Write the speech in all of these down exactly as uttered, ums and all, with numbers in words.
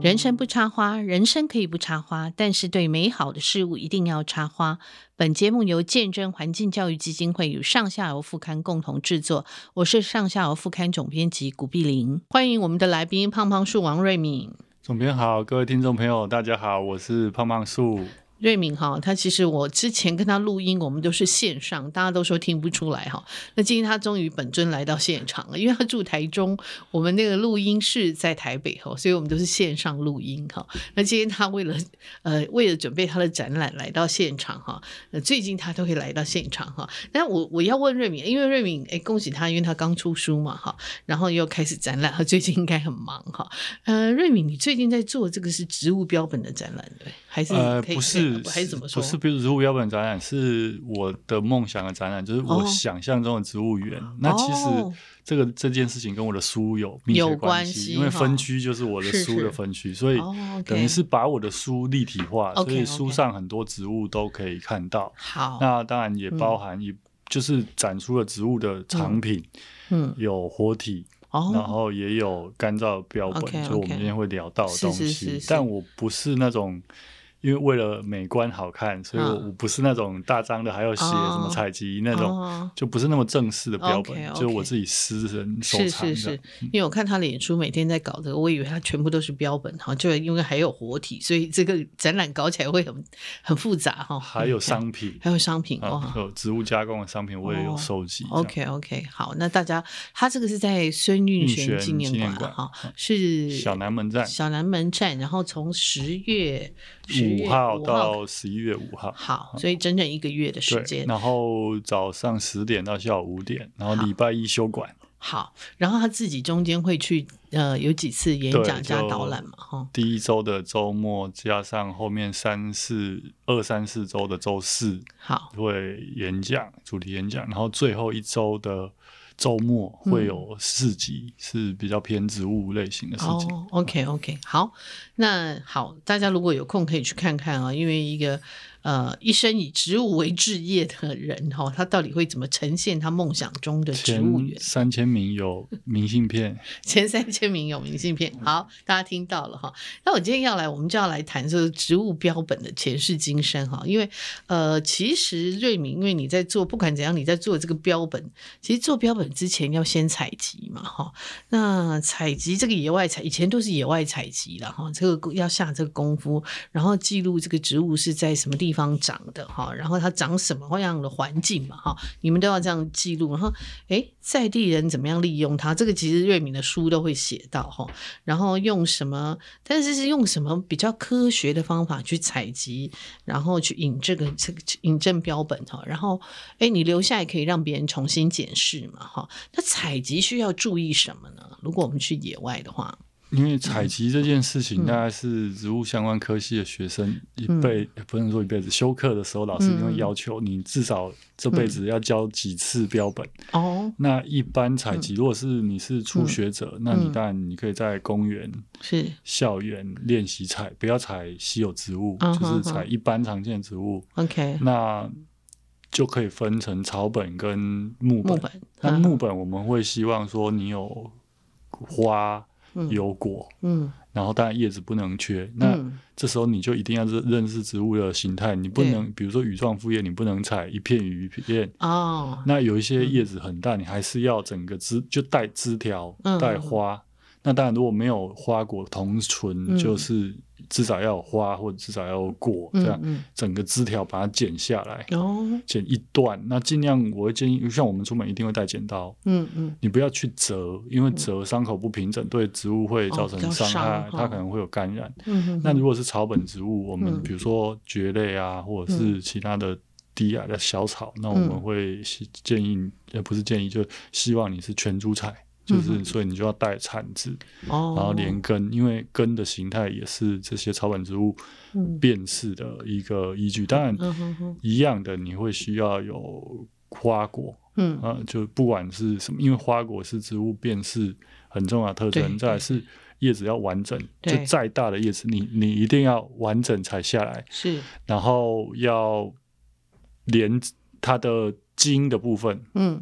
人生不插花，人生可以不插花，但是对美好的事物一定要插花。本节目由见证环境教育基金会与上下游副刊共同制作，我是上下游副刊总编辑古碧玲，欢迎我们的来宾胖胖树王瑞敏。 总编好，各位听众朋友大家好，我是胖胖树。 瑞敏哈，他其实我之前跟他录音，我们都是线上，大家都说听不出来哈。那今天他终于本尊来到现场了，因为他住台中，我们那个录音室在台北哈，所以我们都是线上录音哈。那今天他为了呃为了准备他的展览来到现场哈，呃最近他都会来到现场哈。但我我要问瑞敏，因为瑞敏哎恭喜他，因为他刚出书嘛哈，然后又开始展览，他最近应该很忙哈。呃，瑞敏，你最近在做这个是植物标本的展览对，还是可以？ 呃不是。 还是怎么说？ 不是比如植物标本展览，是我的梦想的展览，就是我想象中的植物园。哦、那其实这个这件事情跟我的书有密切关系，因为分区就是我的书的分区，所以等于是把我的书立体化， 哦、 所以书上很多植物都可以看到。 好， 那当然也包含也就是展出了植物的藏品，嗯，有活体。Oh, 然后也有干燥标本， okay, okay. 就我们今天会聊到的东西。 是是是是， 但我不是那种。因为为了美观好看，所以我不是那种大张的还要写什么采集、oh, 那种、oh. 就不是那么正式的标本， okay, okay. 就是我自己私人收藏的。 是是是，因为我看他脸书每天在搞这个，我以为他全部都是标本，就因为还有活体，所以这个展览搞起来会很很复杂哈。 还有商品， 还有商品哦，有植物加工的商品我也有收集。 Oh, OK OK， 好，那大家他这个是在孙运璇纪念馆哈，是小南门站， 小南门站，然后从十月五号到十一月五号， 好，所以整整一个月的时间。 然后早上十点到下午五点，然后礼拜一休馆。 好，然后他自己中间会去呃有几次演讲加导览嘛，哈。 第一周的周末加上后面三四二三四周的周四， 好会演讲主题演讲，然后最后一周的周末会有市集、嗯、是比较偏植物类型的市集。 哦 OK OK， 好，那好，大家如果有空可以去看看啊，因为一个呃一生以植物为志业的人哈、哦，他到底会怎么呈现他梦想中的植物园？ 前三千名有明信片， 前三千名有明信片。好，大家听到了哈。那我今天要来，我们就要来谈这个植物标本的前世今生哈。因为呃，其实瑞敏，因为你在做，不管怎样，你在做这个标本，其实做标本之前要先采集嘛哈。那采集这个野外采，以前都是野外采集了哈，这个要下这个功夫，然后记录这个植物是在什么地方长的哈，然后它长什么样的环境嘛哈，你们都要这样记录。然后诶，在地人怎么样利用它，这个其实瑞敏的书都会写到哈。然后用什么，但是是用什么比较科学的方法去采集，然后去引这个这个引证标本哈。然后诶，你留下来可以让别人重新检视嘛哈。那采集需要注意什么呢？如果我们去野外的话， 因为采集这件事情大概是植物相关科系的学生一辈、嗯、不能说一辈子，修课的时候老师一定会要求你至少这辈子要交几次标本、嗯、那一般采集如果是你是初学者、嗯、那你当然你可以在公园、是校园练习采，不要采稀有植物、嗯、就是采一般常见植物 OK， 那就可以分成草本跟木本, 木本那木本我们会希望说你有花有果，嗯，然后当然叶子不能缺、嗯、那这时候你就一定要认识植物的形态，你不能比如说羽状复叶你不能采一片羽片哦，那有一些叶子很大、嗯、你还是要整个枝就带枝条带花、嗯、那当然如果没有花果同存、嗯、就是至少要有花或者至少要有果、嗯、这样整个枝条把它剪下来、哦、剪一段，那尽量我会建议像我们出门一定会带剪刀，嗯嗯，你不要去折，因为折伤口不平整对植物会造成伤害、哦、它可能会有感染、嗯、那如果是草本植物我们比如说蕨类啊、嗯、或者是其他的低矮的小草、嗯、那我们会建议也不是建议就希望你是全株采，就是所以你就要带铲子、哦、然后连根，因为根的形态也是这些草本植物辨识的一个依据、嗯、当然一样的你会需要有花果，嗯、啊、就不管是什么，因为花果是植物辨识很重要的特征，再来是叶子要完整，就再大的叶子你你一定要完整采下来，是，然后要连它的茎的部分，嗯，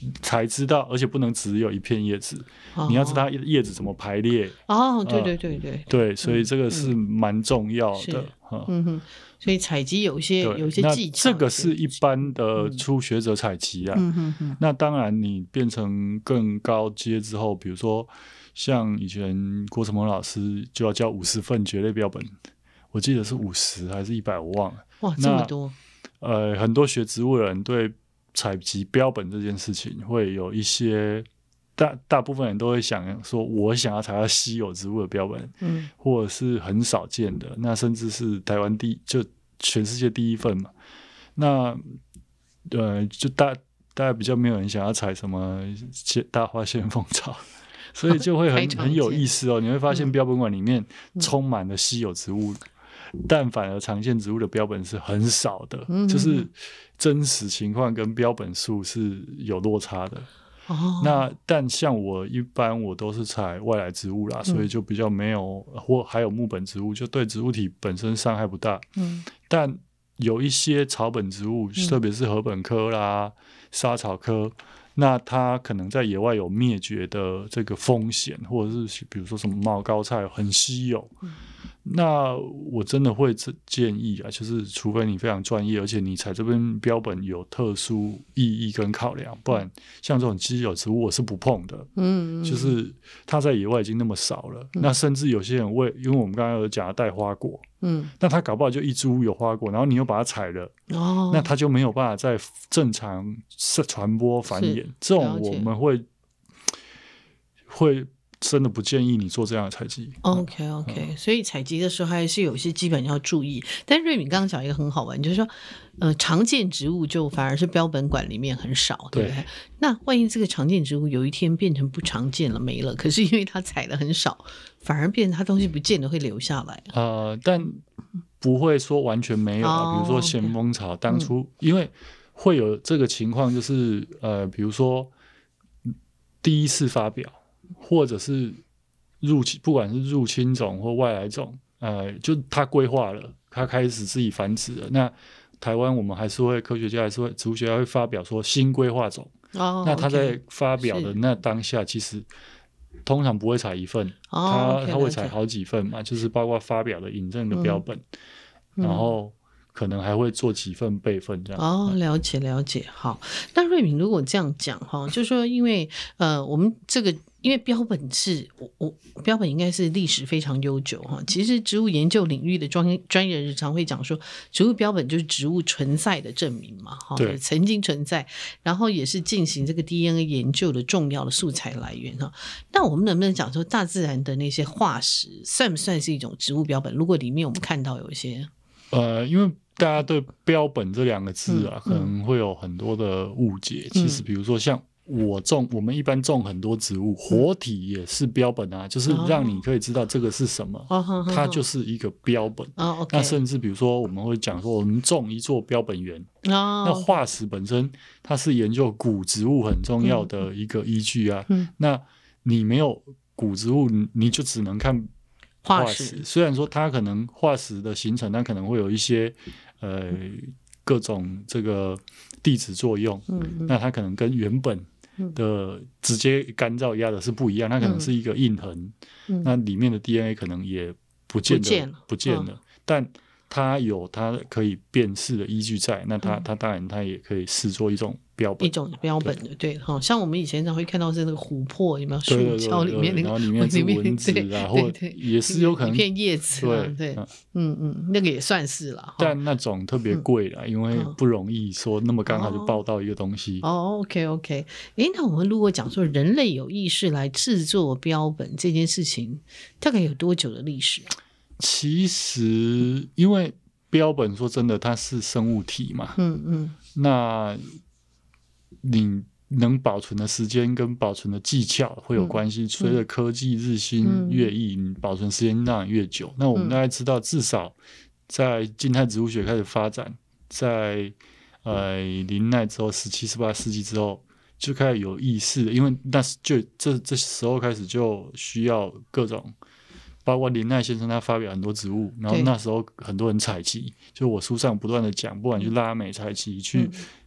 才知道，而且不能只有一片叶子，哦、你要知道叶子怎么排列。 哦，对对对对、呃、 对，所以这个是蛮重要的。 嗯, 嗯哼，所以采集有一些有一些技巧。 那这个是一般的初学者采集啊。 嗯哼哼。 那当然，你变成更高阶之后，比如说像以前郭成蒙老师就要教五十份蕨类标本，我记得是五十还是一百，我忘了。 哇，这么多！ 呃，很多学植物的人对采集标本这件事情会有一些。大, 大部分人都会想说，我想要采到稀有植物的标本，嗯，或者是很少见的，那甚至是台湾第就全世界第一份嘛。那呃，就大大概比较没有人想要采什么大花仙凤草，所以就会很很有意思哦。你会发现标本馆里面充满了稀有植物，嗯、但反而常见植物的标本是很少的，嗯、就是真实情况跟标本数是有落差的。 哦、 那但像我一般我都是采外来植物啦，嗯、所以就比较没有，或还有木本植物，就对植物体本身伤害不大。嗯，但有一些草本植物，嗯、特别是禾本科啦、莎草科，那它可能在野外有灭绝的这个风险，或者是比如说什么毛膏菜很稀有。嗯，那我真的会建议啊，就是除非你非常专业，而且你采这边标本有特殊意义跟考量，不然像这种稀有植物我是不碰的。嗯，就是它在野外已经那么少了，嗯、那甚至有些人为，因为我们刚刚有讲带花果，嗯，那它搞不好就一株有花果，然后你又把它采了，哦，那它就没有办法再正常传播繁衍，这种我们会会。真的不建议你做这样的采集。 OK OK，嗯、所以采集的时候还是有些基本要注意。但瑞敏刚刚讲一个很好玩，就是说，呃，常见植物就反而是标本馆里面很少，对不对？对，那万一这个常见植物有一天变成不常见了，没了，可是因为它采的很少，反而变成它东西不见得会留下来。 呃，但不会说完全没有啊。哦、比如说咸丰草，当初、嗯、因为会有这个情况，就是呃，比如说第一次发表。或者是入侵，不管是入侵种或外来种，呃，就它规划了，它开始自己繁殖了。那台湾我们还是会，科学家还是会，植物学家会发表说新规划种。哦，那他在发表的那当下，其实通常不会采一份， 哦、 他他会采好几份嘛，就是包括发表的引证的标本，嗯、然后。可能还会做几份备份这样。 哦，了解了解。好，那瑞敏如果这样讲哈，就是说因为呃，我们这个因为标本是我我标本应该是历史非常悠久哈。其实植物研究领域的专专业人士常会讲说，植物标本就是植物存在的证明嘛，哈， 对， 曾经存在，然后也是进行这个 D N A 研究的重要的素材来源哈。那我们能不能讲说，大自然的那些化石算不算是一种植物标本？如果里面我们看到有一些。 呃，因为大家对标本这两个字啊，嗯、可能会有很多的误解。嗯、其实，比如说像我种，我们一般种很多植物，活体也是标本啊，嗯、就是让你可以知道这个是什么，哦、它就是一个标本。 哦、 那甚至比如说，我们会讲说，我们种一座标本园。 哦、 那化石本身，它是研究古植物很重要的一个依据啊。 嗯、 那你没有古植物，你就只能看。化石虽然说它可能化石的形成，它可能会有一些呃各种这个地质作用， 嗯嗯、 那它可能跟原本的直接干燥压的是不一样，它可能是一个印痕， 嗯、 那里面的 D N A 可能也不见得不见了， 不见了，哦、但它有它可以辨识的依据在，那它、嗯、它当然它也可以视作一种标本， 一种标本的，对哈，像我们以前常会看到是那个琥珀，有没有树胶里面那个， 然后里面是蚊子啊，或也是有可能一片叶子啊，对，嗯嗯，那个也算是了， 但那种特别贵啦，因为不容易说那么刚好就报到一个东西。 哦 ，OK OK， 哎，那我们如果讲说人类有意识来制作标本这件事情，大概有多久的历史啊？ 其实，因为标本说真的，它是生物体嘛， 嗯嗯， 那你能保存的时间跟保存的技巧会有关系。随着、嗯、科技日新月异，嗯、你保存时间当然越久。那我们大概知道，至少在静态植物学开始发展，在呃林奈之后，十七、十八世纪之后，就开始有意识的，因为那就这这时候开始就需要各种。包括林奈先生他发表很多植物，然后那时候很多人采集，就我书上不断的讲，不管去拉美采集，去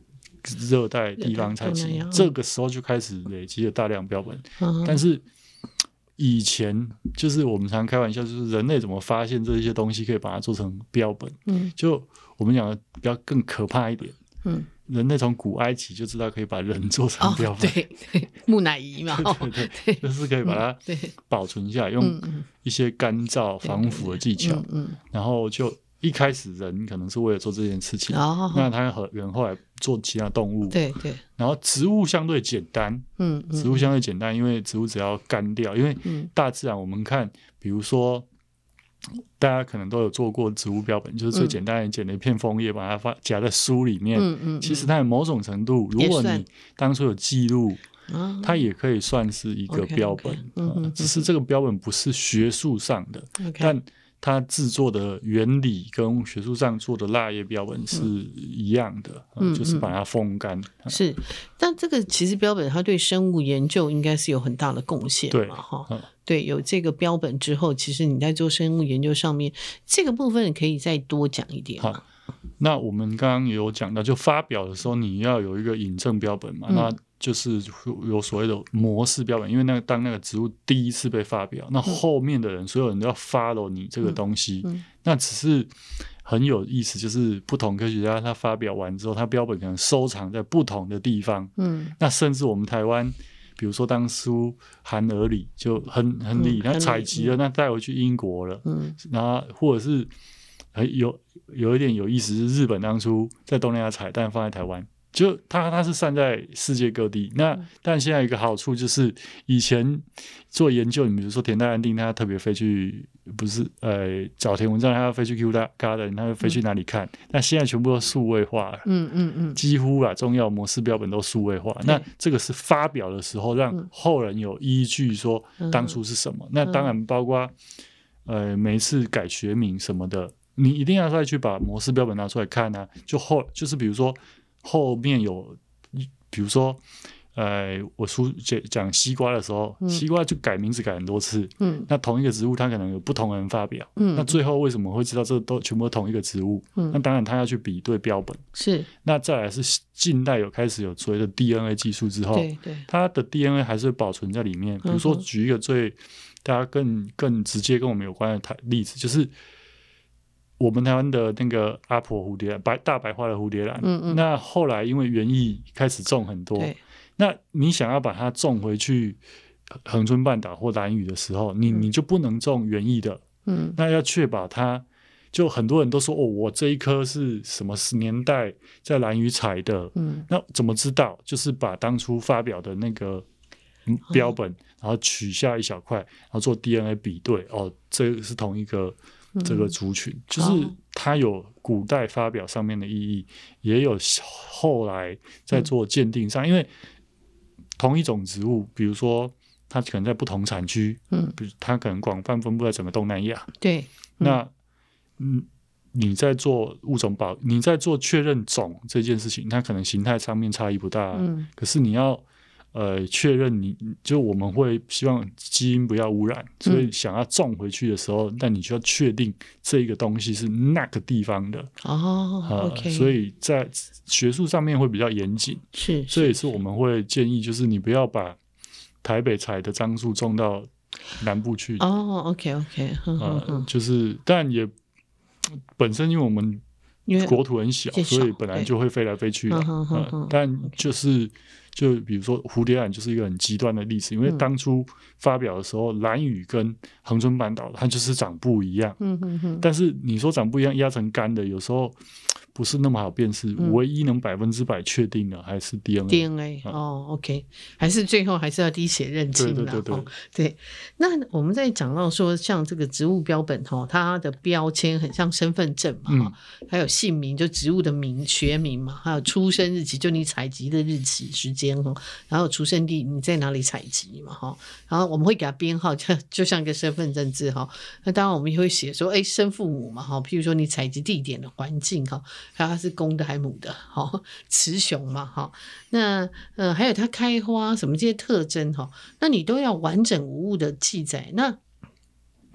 热带地方采集，这个时候就开始累积了大量标本。嗯、但是以前就是我们常开玩笑，就是人类怎么发现这些东西可以把它做成标本？嗯，就我们讲的比较更可怕一点。嗯，人类从古埃及就知道可以把人做成标本， 哦、对对，木乃伊嘛， 对对对，就是可以把它保存下来，用一些干燥防腐的技巧，嗯，然后就。一开始人可能是为了做这件事情，哦、那他和人后来做其他动物， 对对， 然后植物相对简单，嗯，植物相对简单，因为植物只要干掉，因为大自然我们看，比如说大家可能都有做过植物标本，就是最简单的剪了一片枫叶，把它放夹在书里面，嗯嗯，其实它有某种程度，如果你当初有记录。它也可以算是一个标本， okay, okay, 嗯嗯、只是这个标本不是学术上的， okay. 但它制作的原理跟学术上做的蜡叶标本是一样的，嗯嗯、就是把它风干。 嗯、是，但这个其实标本它对生物研究应该是有很大的贡献嘛，哈、嗯。对，有这个标本之后，其实你在做生物研究上面，这个部分可以再多讲一点吗？ 那我们刚刚也有讲到，就发表的时候你要有一个引证标本嘛，嗯、那就是有所谓的模式标本，因为那个当那个植物第一次被发表，那后面的人、嗯、所有人都要 follow 你这个东西，嗯嗯、那只是很有意思，就是不同科学家他发表完之后，他标本可能收藏在不同的地方，嗯、那甚至我们台湾。比如说当初韩俄里就很很厉害，他采集了，那带回去英国了，嗯、然后或者是有有一点有意思，是日本当初在东南亚采，但放在台湾，就它它是散在世界各地。那但现在有一个好处就是，以前做研究，你比如说田代安定，他特别飞去，不是呃找田文章，他要飞去 Kew Garden， 他要飞去哪里看？嗯、那现在全部都数位化了，嗯嗯嗯，几乎啦，重要模式标本都数位化。那这个是发表的时候，让后人有依据说当初是什么。嗯、那当然包括呃每一次改学名什么的，你一定要再去把模式标本拿出来看啊。就后就是比如说。后面有，比如说，呃，我书讲西瓜的时候，嗯、西瓜就改名字改很多次，嗯、那同一个植物它可能有不同的人发表，嗯、那最后为什么会知道这都全部都同一个植物？嗯、那当然他要去比对标本， 是。 那再来是近代有开始有所谓的 D N A 技术之后， 对对， 它的 D N A 还是会保存在里面。比如说举一个最大家更更直接跟我们有关的例子，就是。我们台湾的那个阿婆蝴蝶兰，白大白花的蝴蝶兰，嗯嗯，那后来因为园艺开始种很多，那你想要把它种回去恒春半岛或兰屿的时候，你你就不能种园艺的，嗯，那要确保它，就很多人都说哦，我这一棵是什么年代在兰屿采的，嗯，那怎么知道？就是把当初发表的那个标本，嗯、然后取下一小块，然后做 D N A 比对，哦，这是同一个。这个族群就是它有古代发表上面的意义，也有后来在做鉴定上，因为同一种植物，比如说它可能在不同产区，嗯，它可能广泛分布在整个东南亚， 对， 那嗯，你在做物种保，你在做确认种这件事情，它可能形态上面差异不大，嗯，可是你要。呃，确认你就我们会希望基因不要污染，所以想要种回去的时候，那、嗯、你就要确定这个东西是那个地方的哦、呃 okay 。 所以在学术上面会比较严谨， 是， 所以是我们会建议，就是你不要把台北采的樟树种到南部去。 哦 ，OK OK， 呃，就是但也本身因为我们国土很小，所以本来就会飞来飞去的、呃，但就是。就比如说蝴蝶兰就是一个很极端的例子，因为当初发表的时候，兰屿跟恒春半岛它就是长不一样，嗯嗯嗯，但是你说长不一样，压成干的有时候不是那么好辨识，嗯、唯一能百分之百确定的还是 D N A。D N A、嗯、哦 ，OK， 还是最后还是要滴血认亲啦。 对对对 对,、哦、 对。那我们在讲到说，像这个植物标本哈，它的标签很像身份证嘛，嗯、还有姓名，就植物的名学名嘛，还有出生日期，就你采集的日期时间。然后出生地你在哪里采集嘛，然后我们会给它编号，就就像一个身份证字。那当然我们也会写说哎，生父母嘛，譬如说你采集地点的环境，还有它是公的还母的，雌雄嘛，那呃还有它开花什么这些特征，那你都要完整无误的记载。那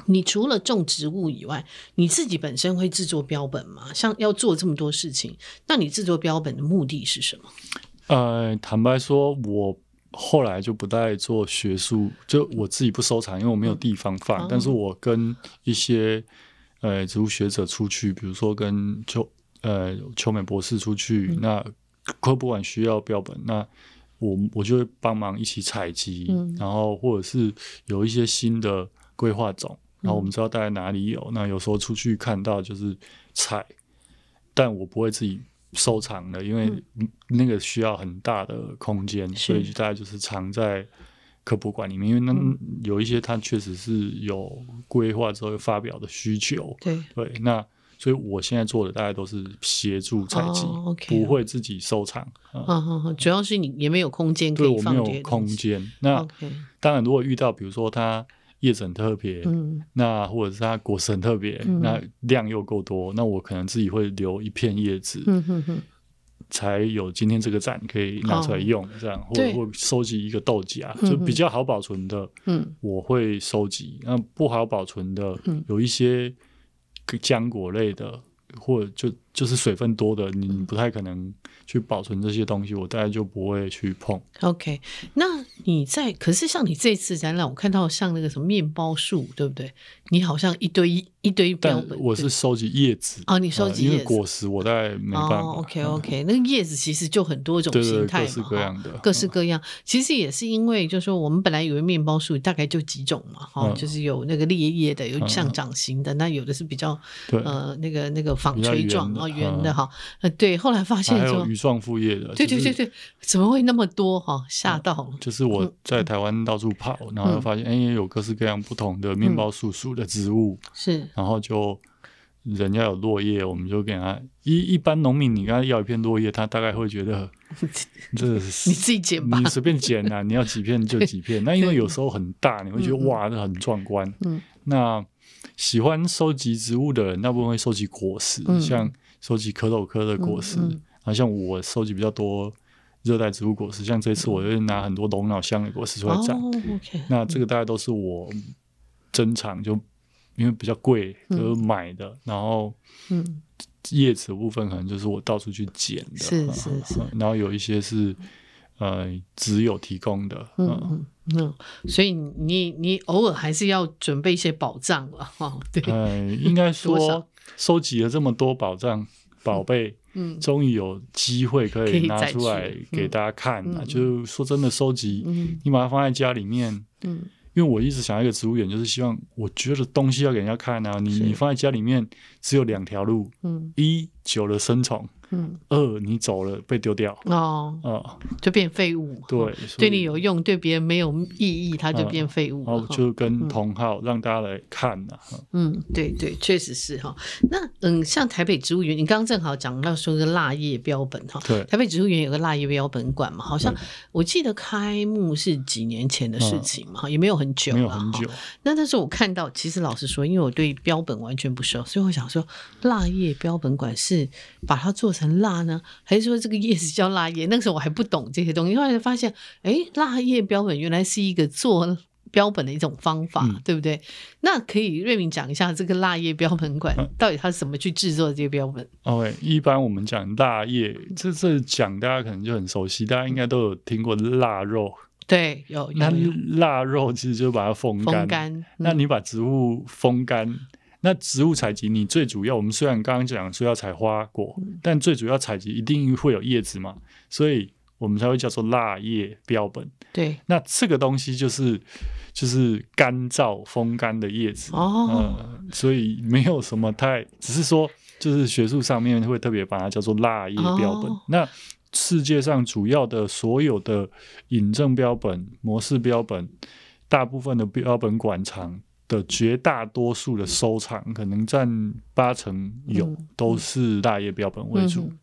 你除了种植物以外，你自己本身会制作标本吗？像要做这么多事情，那你制作标本的目的是什么？ 呃，坦白说，我后来就不再做学术，就我自己不收藏，因为我没有地方放。嗯、但是我跟一些呃植物学者出去，比如说跟邱呃邱美博士出去，嗯、那科博馆需要标本，那我我就会帮忙一起采集，嗯、然后或者是有一些新的规划种。然后我们知道大概哪里有，那有时候出去看到就是采，但我不会自己收藏的，因为那个需要很大的空间，嗯、所以大概就是藏在科博馆里面，因为那有一些它确实是有规划之后发表的需求， 对对，那所以我现在做的大概都是协助采集，哦 okay、不会自己收藏。 嗯嗯嗯、主要是你也没有空间可以放这些东西， 对，我没有空间。那、okay、当然，如果遇到比如说它叶子很特别，嗯、那或者是它果实很特别，嗯、那量又够多，那我可能自己会留一片叶子，嗯、哼哼才有今天这个展可以拿出来用，这样，或者或收集一个豆荚，就比较好保存的，嗯、我会收集。那不好保存的，嗯、有一些浆果类的，或者就就是水分多的，你不太可能去保存这些东西，我大概就不会去碰。 OK， 那你在可是像你这次展览，我看到像那个什么面包树，对不对？你好像一堆一堆标本， 但我是收集叶子哦，你收集叶子， 呃、因为果实我大概没办法。 哦、OK OK，、嗯、那个叶子其实就很多种形态嘛， 对对对，各式各样的， 各式各样。嗯、其实也是因为，就是说我们本来以为面包树大概就几种嘛，哈、嗯，就是有那个裂叶的，有像掌形的，嗯、那有的是比较呃那个那个纺锤状啊圆的哈，呃对，后来发现说还有羽状复叶的， 对对对对，怎么会那么多哈？吓到了、 嗯。就是我在台湾到处跑，嗯、然后发现哎、欸，有各式各样不同的面包树属的植物， 嗯、是， 然后就人要有落叶，我们就给他一一般农民，你跟他要一片落叶，他大概会觉得这你自己剪吧， 你随便剪啊，你要几片就几片。那因为有时候很大，你会觉得、嗯、哇，那很壮观。嗯，那喜欢收集植物的人，大部分会收集果实，嗯、像收集蝌蚪科的果实。嗯嗯好像我收集比较多热带植物果实，像这次我就拿很多龙脑香的果实出来展。哦 okay、那这个大概都是我珍藏，就因为比较贵，就是买的。嗯、然后，嗯，叶子的部分可能就是我到处去捡的， 是是是。 然后有一些是呃只有提供的， 嗯嗯嗯。所以你你偶尔还是要准备一些宝藏了哈。对， 呃，应该说收集了这么多宝藏宝贝。嗯，终于有机会可以拿出来给大家看了、啊。就是说真的，收集、嗯、你把它放在家里面，嗯，因为我一直想要一个植物园，就是希望我觉得东西要给人家看啊。你你放在家里面只有两条路，嗯，一久了生虫。嗯，二你走了被丢掉哦，呃、就变废物。 对、哦， 对你有用，对别人没有意义，它就变废物、 呃。然后就跟同好、嗯、让大家来看啊。 嗯，对对，确实是哈。那嗯，像台北植物园，你刚刚正好讲到说个蜡叶标本哈。 对， 台北植物园有个蜡叶标本馆嘛，好像我记得开幕是几年前的事情嘛，嗯、也没有很久， 没有很久。 那那时候我看到，其实老实说，因为我对标本完全不熟，所以我想说，蜡叶标本馆是把它做成成蜡呢，还是说这个叶子叫蜡叶？那个时候我还不懂这些东西，后来发现，哎，蜡叶标本原来是一个做标本的一种方法，嗯、对不对？那可以瑞敏讲一下这个蜡叶标本馆、嗯、到底它是怎么去制作这些标本 ？OK， 一般我们讲蜡叶，这这讲大家可能就很熟悉，大家应该都有听过腊肉。 对，有有有。 那腊肉其实就把它风干， 风干。嗯、 那你把植物风干。那植物采集，你最主要，我们虽然刚刚讲说要采花果，嗯、但最主要采集一定会有叶子嘛，所以我们才会叫做蜡叶标本。 对， 那这个东西就是就是干燥风干的叶子哦、呃，所以没有什么太，只是说就是学术上面会特别把它叫做蜡叶标本。哦、那世界上主要的所有的引证标本、模式标本，大部分的标本馆藏的绝大多数的收藏可能占八成有、嗯、都是蜡叶标本为主、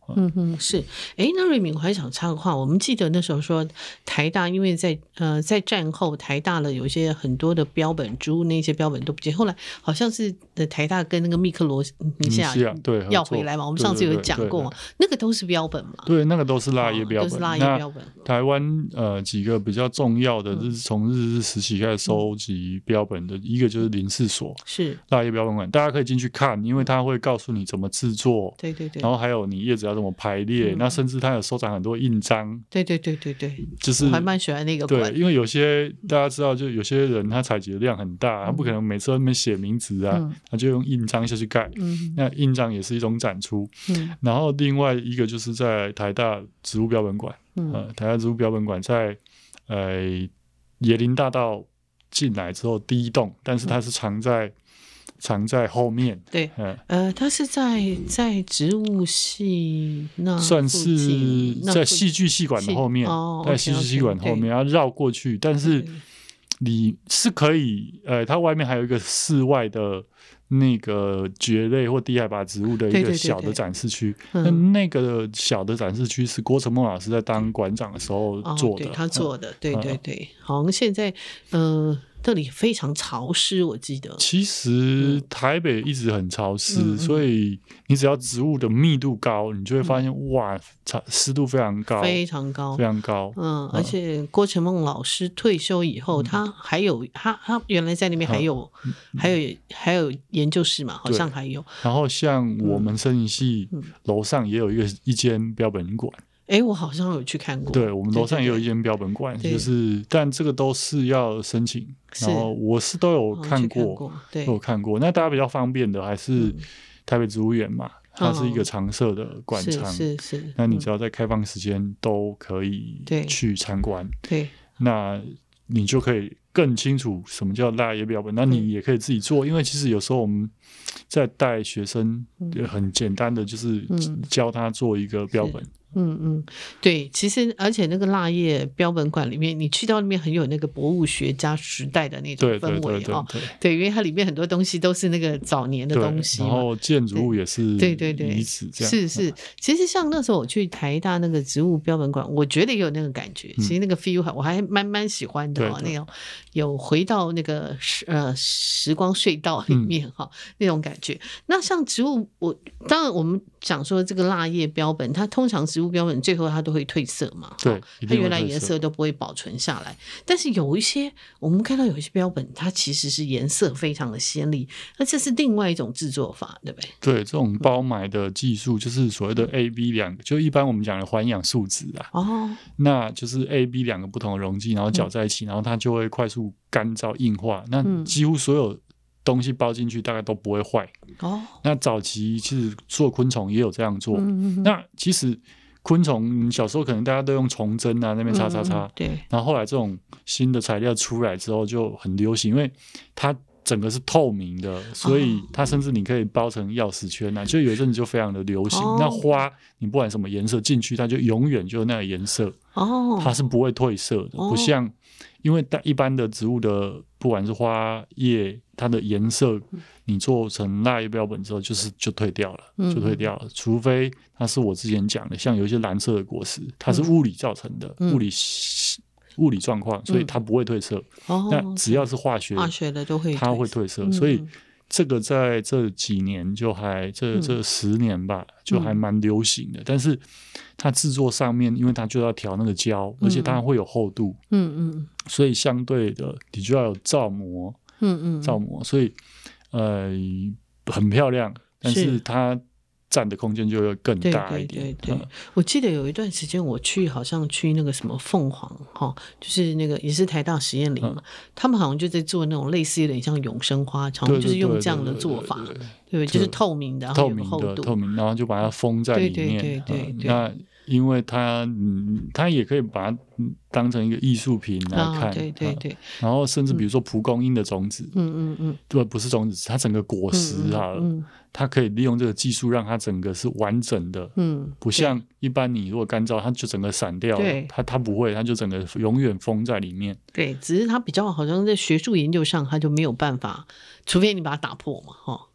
嗯哼，是。哎，那瑞敏，我还想插个话，我们记得那时候说台大，因为在呃在战后台大了有一些很多的标本，植物那些标本都不见，后来好像是台大跟那个密克罗尼西亚对要回来嘛，我们上次有讲过嘛，那个都是标本嘛。 对，那个都是蜡叶标本， 哦、都是蜡叶标本。 台湾呃几个比较重要的，就是从日治时期开始收集标本的，嗯、一个就是林试所， 是蜡叶标本馆，大家可以进去看，因为它会告诉你怎么制作， 对对对， 然后还有你叶子要怎么排列，嗯、那甚至它有收藏很多印章， 对对对对对， 就是我还蛮喜欢那个馆， 对，因为有些大家知道，就有些人他采集的量很大，他不可能每次在那边写名字啊，嗯、他就用印章下去盖，嗯、那印章也是一种展出，嗯、然后另外一个就是在台大植物标本馆，嗯呃、台大植物标本馆在呃椰林大道进来之后第一栋，但是它是藏在。嗯藏在后面， 对，嗯、呃，它是在在植物系那算是在戏剧系馆的后面， 哦、 在戏剧系馆后面，要绕过去，但是你是可以，呃，它外面还有一个室外的那个蕨类或低海拔植物的一个小的展示区，那、嗯、那个小的展示区是郭成梦老师在当馆长的时候做的， 哦、对他做的，嗯、对对对，好像现在，呃。这里非常潮湿，我记得。 其实台北一直很潮湿，嗯、所以你只要植物的密度高，你就会发现、嗯、哇，湿度非常高， 非常高， 非常高。 嗯，而且郭成梦老师退休以后，嗯、他还有他他原来在那边还有、嗯、还有还有研究室嘛，好像还有。 然后像我们生理系楼上也有一个一间标本馆。 哎，我好像有去看过。 对，我们楼上也有一间标本馆，就是但这个都是要申请，然后我是都有看过， 哦、看对， 都有看过。那大家比较方便的还是台北植物园嘛，嗯、它是一个常设的馆藏， 是是是。 那你只要在开放时间都可以去参观， 对， 那你就可以更清楚什么叫蜡叶标本。那你也可以自己做，因为其实有时候我们在带学生很简单的，就是教他做一个标本。 嗯嗯，对，其实而且那个蜡叶标本馆里面，你去到那边很有那个博物学家时代的那种氛围哦。对，因为它里面很多东西都是那个早年的东西嘛， 然后建筑物也是对对对， 遗址这样。 是是，其实像那时候我去台大那个植物标本馆，我觉得也有那个感觉。其实那个 feel 我还蛮蛮喜欢的哦，那种有回到那个呃时光隧道里面哈、嗯、那种感觉。那像植物，我当然我们讲说这个蜡叶标本，它通常植物标本最后它都会褪色嘛， 对， 它原来颜色都不会保存下来。但是有一些我们看到有一些标本，它其实是颜色非常的鲜丽，那这是另外一种制作法，对不对？ 对，这种包埋的技术就是所谓的 A B 两个，就一般我们讲的环氧树脂啊，哦，那就是 A B 两个不同的溶剂，然后搅在一起，嗯、然后它就会快速干燥硬化，那几乎所有东西包进去大概都不会坏。哦，那早期其实做昆虫也有这样做，嗯、那其实昆虫小时候可能大家都用虫针啊那边擦擦擦， 嗯、对， 然后后来这种新的材料出来之后就很流行，因为它整个是透明的，所以它甚至你可以包成钥匙圈啊，就有一阵子就非常的流行。哦、那花你不管什么颜色进去，它就永远就那个颜色，哦，它是不会褪色的，哦、不像因为一般的植物的不管是花叶，它的颜色你做成蜡叶标本之后，就是就退掉了，嗯、就退掉了，除非它是我之前讲的，像有一些蓝色的果实，它是物理造成的，嗯、物理。物理状况，所以它不会褪色。嗯、那只要是化学， 化学的都会， 它会褪色。嗯、所以这个在这几年就还这这十年吧，嗯、就还蛮流行的。但是它制作上面，因为它就要调那个胶，嗯、而且它会有厚度，嗯嗯，所以相对的你就要有造模，嗯嗯，造模，所以呃很漂亮，但是它占的空间就会更大一点。 对对对对，嗯、我记得有一段时间我去，好像去那个什么凤凰哈，就是那个也是台大实验林嘛，嗯、他们好像就在做那种类似有点像永生花，好像就是用这样的做法，对不对？就是透明的，然后有厚度， 透明，然后就把它封在里面。 对对对对对。 嗯、那因为它，嗯，它也可以把它当成一个艺术品来看， 啊、对对对、嗯。 然后甚至比如说蒲公英的种子，嗯嗯嗯，对，不是种子，它整个果实啊，嗯嗯嗯、它可以利用这个技术让它整个是完整的，嗯，不像一般你如果干燥，它就整个散掉了，对，它它不会，它就整个永远封在里面。 对，只是它比较好像在学术研究上，它就没有办法，除非你把它打破嘛，哈。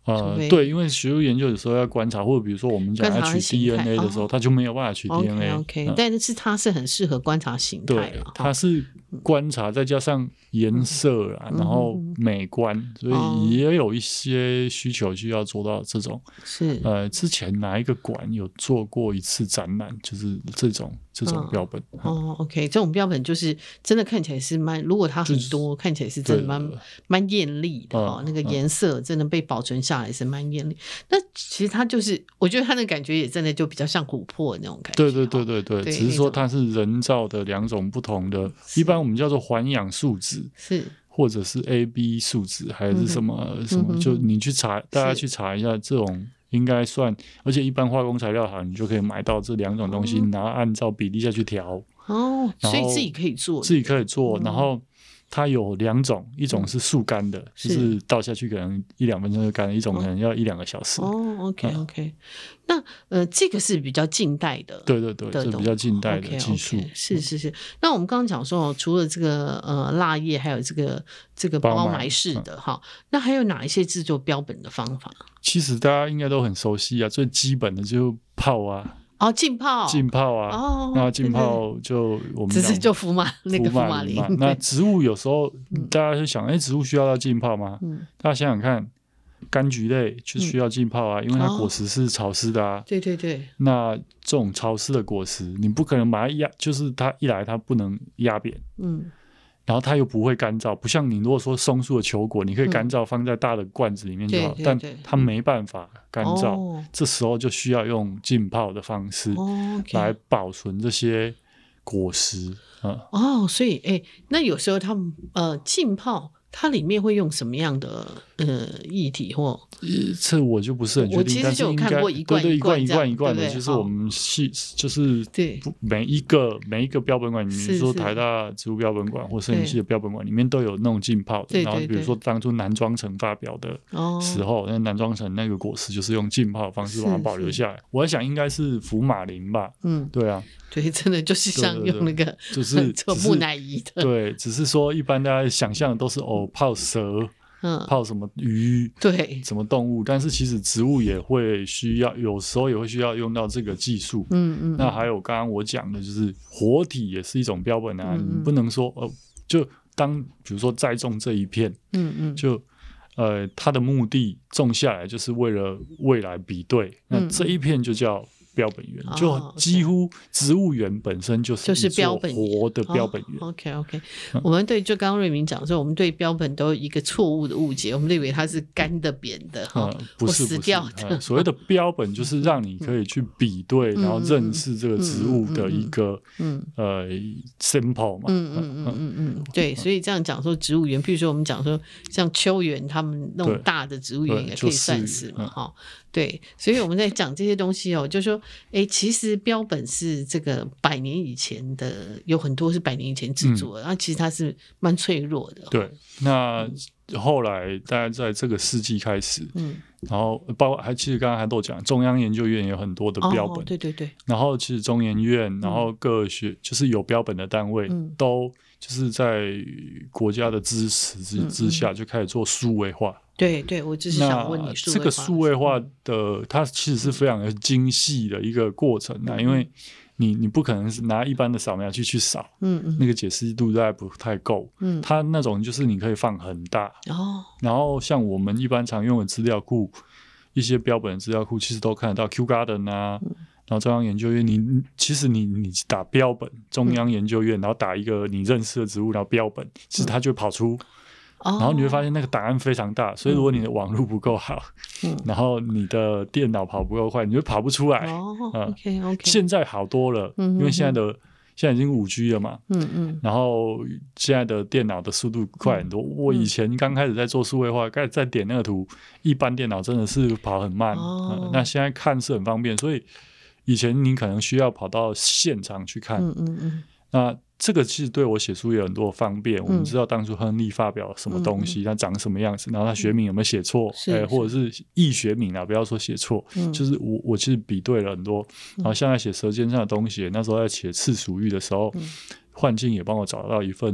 呃，对，因为学术研究有时候要观察，或者比如说我们讲要取 D N A 的时候，它、哦、就没有办法取 D N A。 OK，, okay、嗯、但是它是很适合观察形态对，它是观察再加上颜色啊，嗯、然后美观，嗯、所以也有一些需求需要做到这种。 是呃，之前哪一个馆有做过一次展览，就是这种这种标本。 哦、嗯嗯、，OK， 这种标本就是真的看起来是蛮，如果它很多，就是、看起来是真的蛮蛮艳丽的哈、嗯，那个颜色真的被保存下来是蛮艳丽。那其实它就是，我觉得它的感觉也真的就比较像琥珀那种感觉。 对对对对 对, 对，只是说它是人造的两种不同的，一般我们叫做环氧树脂， 是或者是 A B 树脂，还是什么、嗯、什么，就你去查，大家去查一下这种。应该算，而且一般化工材料行你就可以买到这两种东西，哦、然后按照比例下去调。 哦，所以自己可以做， 自己可以做。嗯、然后它有两种，一种是速干的，嗯、就是倒下去可能一两分钟就干了；一种可能要一两个小时。 哦 ，OK OK，嗯、那呃，这个是比较近代的， 对对对，这比较近代的技术。Okay, okay, 是是是。那我们刚刚讲说，除了这个呃蜡液，还有这个这个包埋式的哈、嗯，那还有哪一些制作标本的方法？ 其实大家应该都很熟悉啊，最基本的就是泡啊。 哦，浸泡， 浸泡啊， 哦， 那浸泡就我们只是就福马那个福马林。 那植物有时候大家就想，哎、嗯，植物需要到浸泡吗？嗯，大家想想看，柑橘类就需要浸泡啊，嗯、因为它果实是潮湿的啊。 哦、对对对。 那这种潮湿的果实，你不可能把它压，就是它一来它不能压扁，嗯。然后它又不会干燥，不像你如果说松树的球果，你可以干燥放在大的罐子里面就好，嗯、但它没办法干燥，哦，这时候就需要用浸泡的方式来保存这些果实。 哦，嗯、哦，所以哎，那有时候他们呃浸泡。它里面会用什么样的呃液体或？ 这我就不是很确定。 我其实就有看过一罐一罐一罐一罐的， 对对就是我们系就是每一个每一个标本馆，你说台大植物标本馆或摄影系的标本馆里面都有那种浸泡的。 对对对， 然后比如说当初南庄城发表的时候，那南庄城那个果实就是用浸泡的方式把它保留下来。我在想应该是福马林吧。嗯，对啊。 对，真的就是像用那个就是做木乃伊的。 对，只是说一般大家想象的都是哦泡蛇，嗯，泡什么鱼， 对， 什么动物，但是其实植物也会需要，有时候也会需要用到这个技术。嗯嗯。那还有刚刚我讲的就是活体也是一种标本啊，嗯、你不能说哦，就当比如说栽种这一片，嗯嗯，就呃它的目的种下来就是为了未来比对，那这一片就叫标本园，嗯、就几乎植物园本身就是就是标本活的标本园。 哦、OK OK，嗯、我们对就刚刚瑞明讲说，我们对标本都有一个错误的误解，我们以为它是干的扁的哈、 嗯，不是死掉的、 嗯。所谓的标本就是让你可以去比对，嗯、然后认识这个植物的一个嗯呃 sample 嘛。 嗯嗯嗯嗯嗯，对，所以这样讲说植物园，譬如说我们讲说像秋园他们那种大的植物园也可以算是嘛哈。对，所以我们在讲这些东西哦，就是说，哎，其实标本是这个百年以前的，有很多是百年以前制作的，然后、嗯、其实它是蛮脆弱的。 对，那后来大概在这个世纪开始，嗯，然后包括还其实刚刚还都讲，中央研究院有很多的标本， 哦、对对对， 然后其实中研院，然后各学、嗯、就是有标本的单位、嗯、都就是在国家的支持之、嗯、之下，就开始做数位化。 对对，我只是想问你， 这个数位化的它其实是非常的精细的一个过程啊，嗯、因为你你不可能是拿一般的扫描器去扫，嗯嗯，那个解析度大概不太够，嗯，它那种就是你可以放很大，哦，然后像我们一般常用的资料库，一些标本的资料库其实都看得到 Q Garden 啊。嗯，然后中央研究院，你其实你你打标本，中央研究院，然后打一个你认识的植物，然后标本，其实它就会跑出。然后你会发现那个档案非常大，所以如果你的网络不够好，嗯、然后你的电脑跑不够快，你就跑不出来。 哦、嗯、，OK OK。 现在好多了，嗯、因为现在的现在已经五 G 了嘛，嗯嗯。然后现在的电脑的速度快很多。嗯、我以前刚开始在做数位化，开始在点那个图，一般电脑真的是跑很慢。哦嗯、那现在看是很方便，所以以前你可能需要跑到现场去看。嗯嗯嗯。那这个其实对我写书也有很多方便、嗯、我们知道当初亨利发表什么东西、嗯、它长什么样子，然后它学名有没有写错、嗯欸、或者是译学名啊，不要说写错、嗯、就是我我其实比对了很多、嗯、然后现在写舌尖上的东西，那时候在写次属域的时候、嗯、幻境也帮我找到一份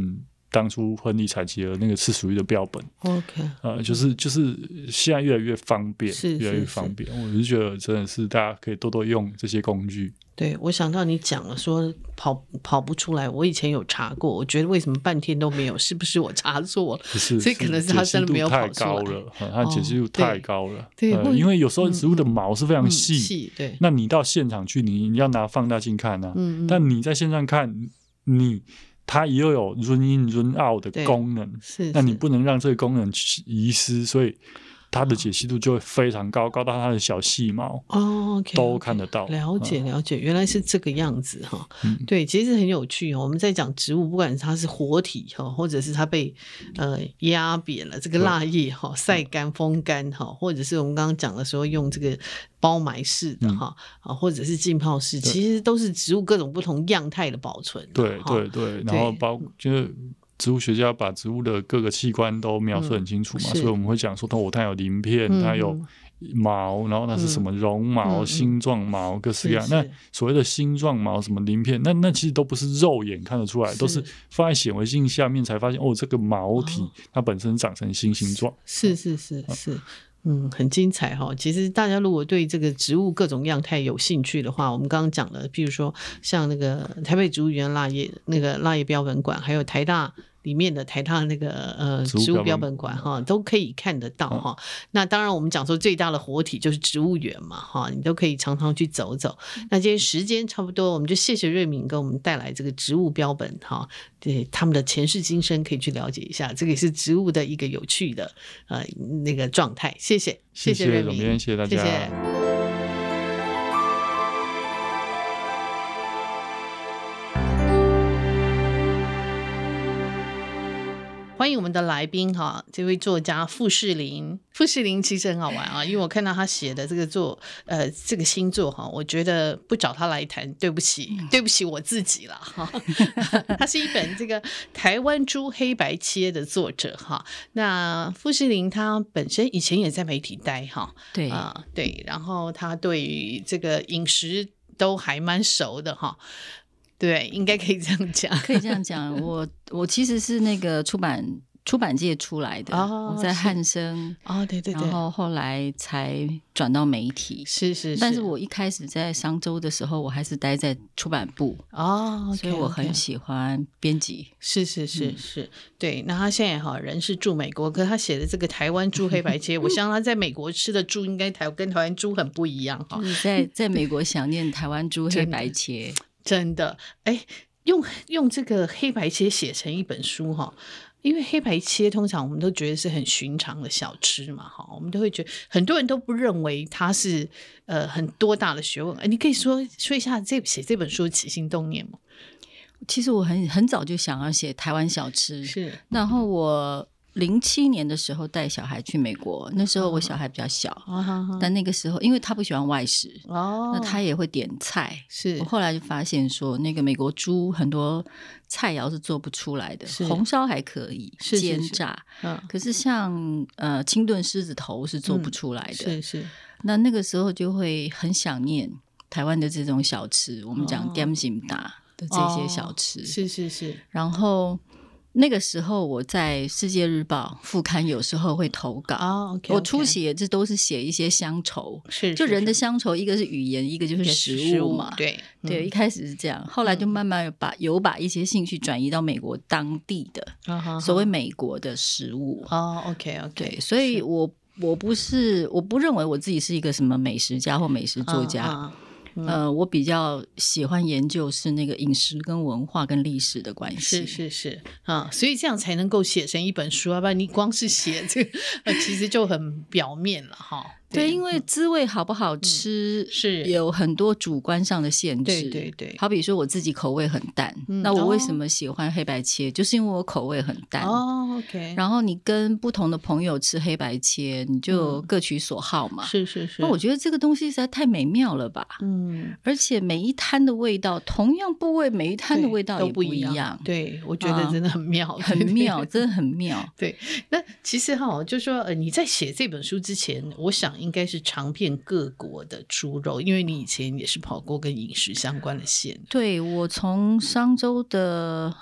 当初亨利采集的那个赤鼠鱼的标本。 OK， 呃，就是就是现在越来越方便， 是越来越方便。我就觉得真的是大家可以多多用这些工具。 对，我想到你讲了说跑跑不出来，我以前有查过，我觉得为什么半天都没有，是不是我查错了？ 不是， 所以可能是他真的没有跑出来。 太高了，它解析度太高了。 哦、对， 呃、因为有时候植物的毛是非常细， 嗯嗯、细对。 那你到现场去，你你要拿放大镜看啊。嗯嗯但你在线上看，你它也有 run in run out 的功能， 是， 那你不能让这个功能遗失，所以它的解析度就会非常高，高到它的小细毛哦、okay, 都看得到。 okay, 了解了解，原来是这个样子哈、 嗯。 对，其实很有趣哦。我们在讲植物，不管它是活体哈，或者是它被呃压扁了，这个蜡叶哈晒干风干哈，或者是我们刚刚讲的时候用这个包埋式的哈啊、嗯，或者是浸泡式，其实都是植物各种不同样态的保存。 对对对，然后包就是植物学家把植物的各个器官都描述很清楚嘛，嗯、所以我们会讲说，哦，它有鳞片，嗯、它有毛，然后那是什么绒毛、嗯、星状毛，各式各样。那所谓的星状毛、什么鳞片，那那其实都不是肉眼看得出来，都是放在显微镜下面才发现，哦，这个毛体、哦、它本身长成星星状。 是是是是。是嗯，很精彩哈。其实大家如果对这个植物各种样态有兴趣的话，我们刚刚讲的，譬如说像那个台北植物园蜡叶那个蜡叶标本馆，还有台大里面的台大那个呃植物标本馆哈，都可以看得到哈、嗯。那当然我们讲说最大的活体就是植物园嘛哈，你都可以常常去走走。那今天时间差不多，我们就谢谢瑞敏给我们带来这个植物标本哈，对他们的前世今生可以去了解一下，这个也是植物的一个有趣的呃那个状态。谢谢， 谢谢瑞敏，谢谢大家。 谢谢。欢迎我们的来宾哈，这位作家傅士林。傅士林其实很好玩啊，因为我看到他写的这个作呃这个新作哈，我觉得不找他来谈，对不起，对不起我自己了哈。他是一本这个台湾猪黑白切的作者哈。那傅士林他本身以前也在媒体待哈， 对啊、呃、对，然后他对于这个饮食都还蛮熟的哈。对，应该可以这样讲， 可以这样讲。我我其实是那个出版出版界出来的，哦、我在汉声哦，对对对， 然后后来才转到媒体， 是是是。 但是我一开始在商周的时候，我还是待在出版部哦， okay, 所以我很喜欢编辑。 是是是是、嗯，对。那他现在哈人是住美国，可是他写的这个台湾猪黑白切，我相信他在美国吃的猪应该台跟台湾猪很不一样哈。 就是在在美国想念台湾猪黑白切。 真的，哎，用用这个黑白切写成一本书哈，因为黑白切通常我们都觉得是很寻常的小吃嘛哈，我们都会觉得很多人都不认为它是呃很多大的学问。哎，你可以说说一下这写这本书的起心动念吗？ 其实我很很早就想要写台湾小吃， 是， 然后我零七年的时候带小孩去美国，那时候我小孩比较小，哦、但那个时候因为他不喜欢外食，哦、那他也会点菜。 是我后来就发现说，那个美国猪很多菜肴是做不出来的，红烧还可以， 是煎炸，是是是、嗯，可是像呃清炖狮子头是做不出来的。 嗯、是是， 那那个时候就会很想念台湾的这种小吃，我们讲 gamsim 打的这些小吃， 哦、是是是， 然后。那个时候我在世界日报副刊有时候会投稿、 oh, okay, okay. 我初写这都是写一些乡愁， 是就人的乡愁，一个是语言，一个就是食物嘛， 对、嗯、 对，一开始是这样，后来就慢慢把、嗯、有把一些兴趣转移到美国当地的、uh-huh. 所谓美国的食物哦、oh, OK OK， 对，所以我我不是我不认为我自己是一个什么美食家或美食作家。Uh-huh.呃，我比较喜欢研究是那个饮食跟文化跟历史的关系， 是是是啊，所以这样才能够写成一本书，要不然你光是写这个，呃，其实就很表面了哈。 对, 对，因为滋味好不好吃、嗯、是有很多主观上的限制。 对对对， 好比说我自己口味很淡，嗯、那我为什么喜欢黑白切、哦？就是因为我口味很淡。 哦 ，OK。 然后你跟不同的朋友吃黑白切，你就各取所好嘛。 嗯、是是是。 那我觉得这个东西实在太美妙了吧。嗯。而且每一摊的味道，同样部位，每一摊的味道也不一样。 一样对，我觉得真的很妙， 嗯、很妙，真的很妙。 对，那其实哈，就说呃，你在写这本书之前，我想。应该是尝遍各国的猪肉，因为你以前也是跑过跟饮食相关的线。 对，我从商周的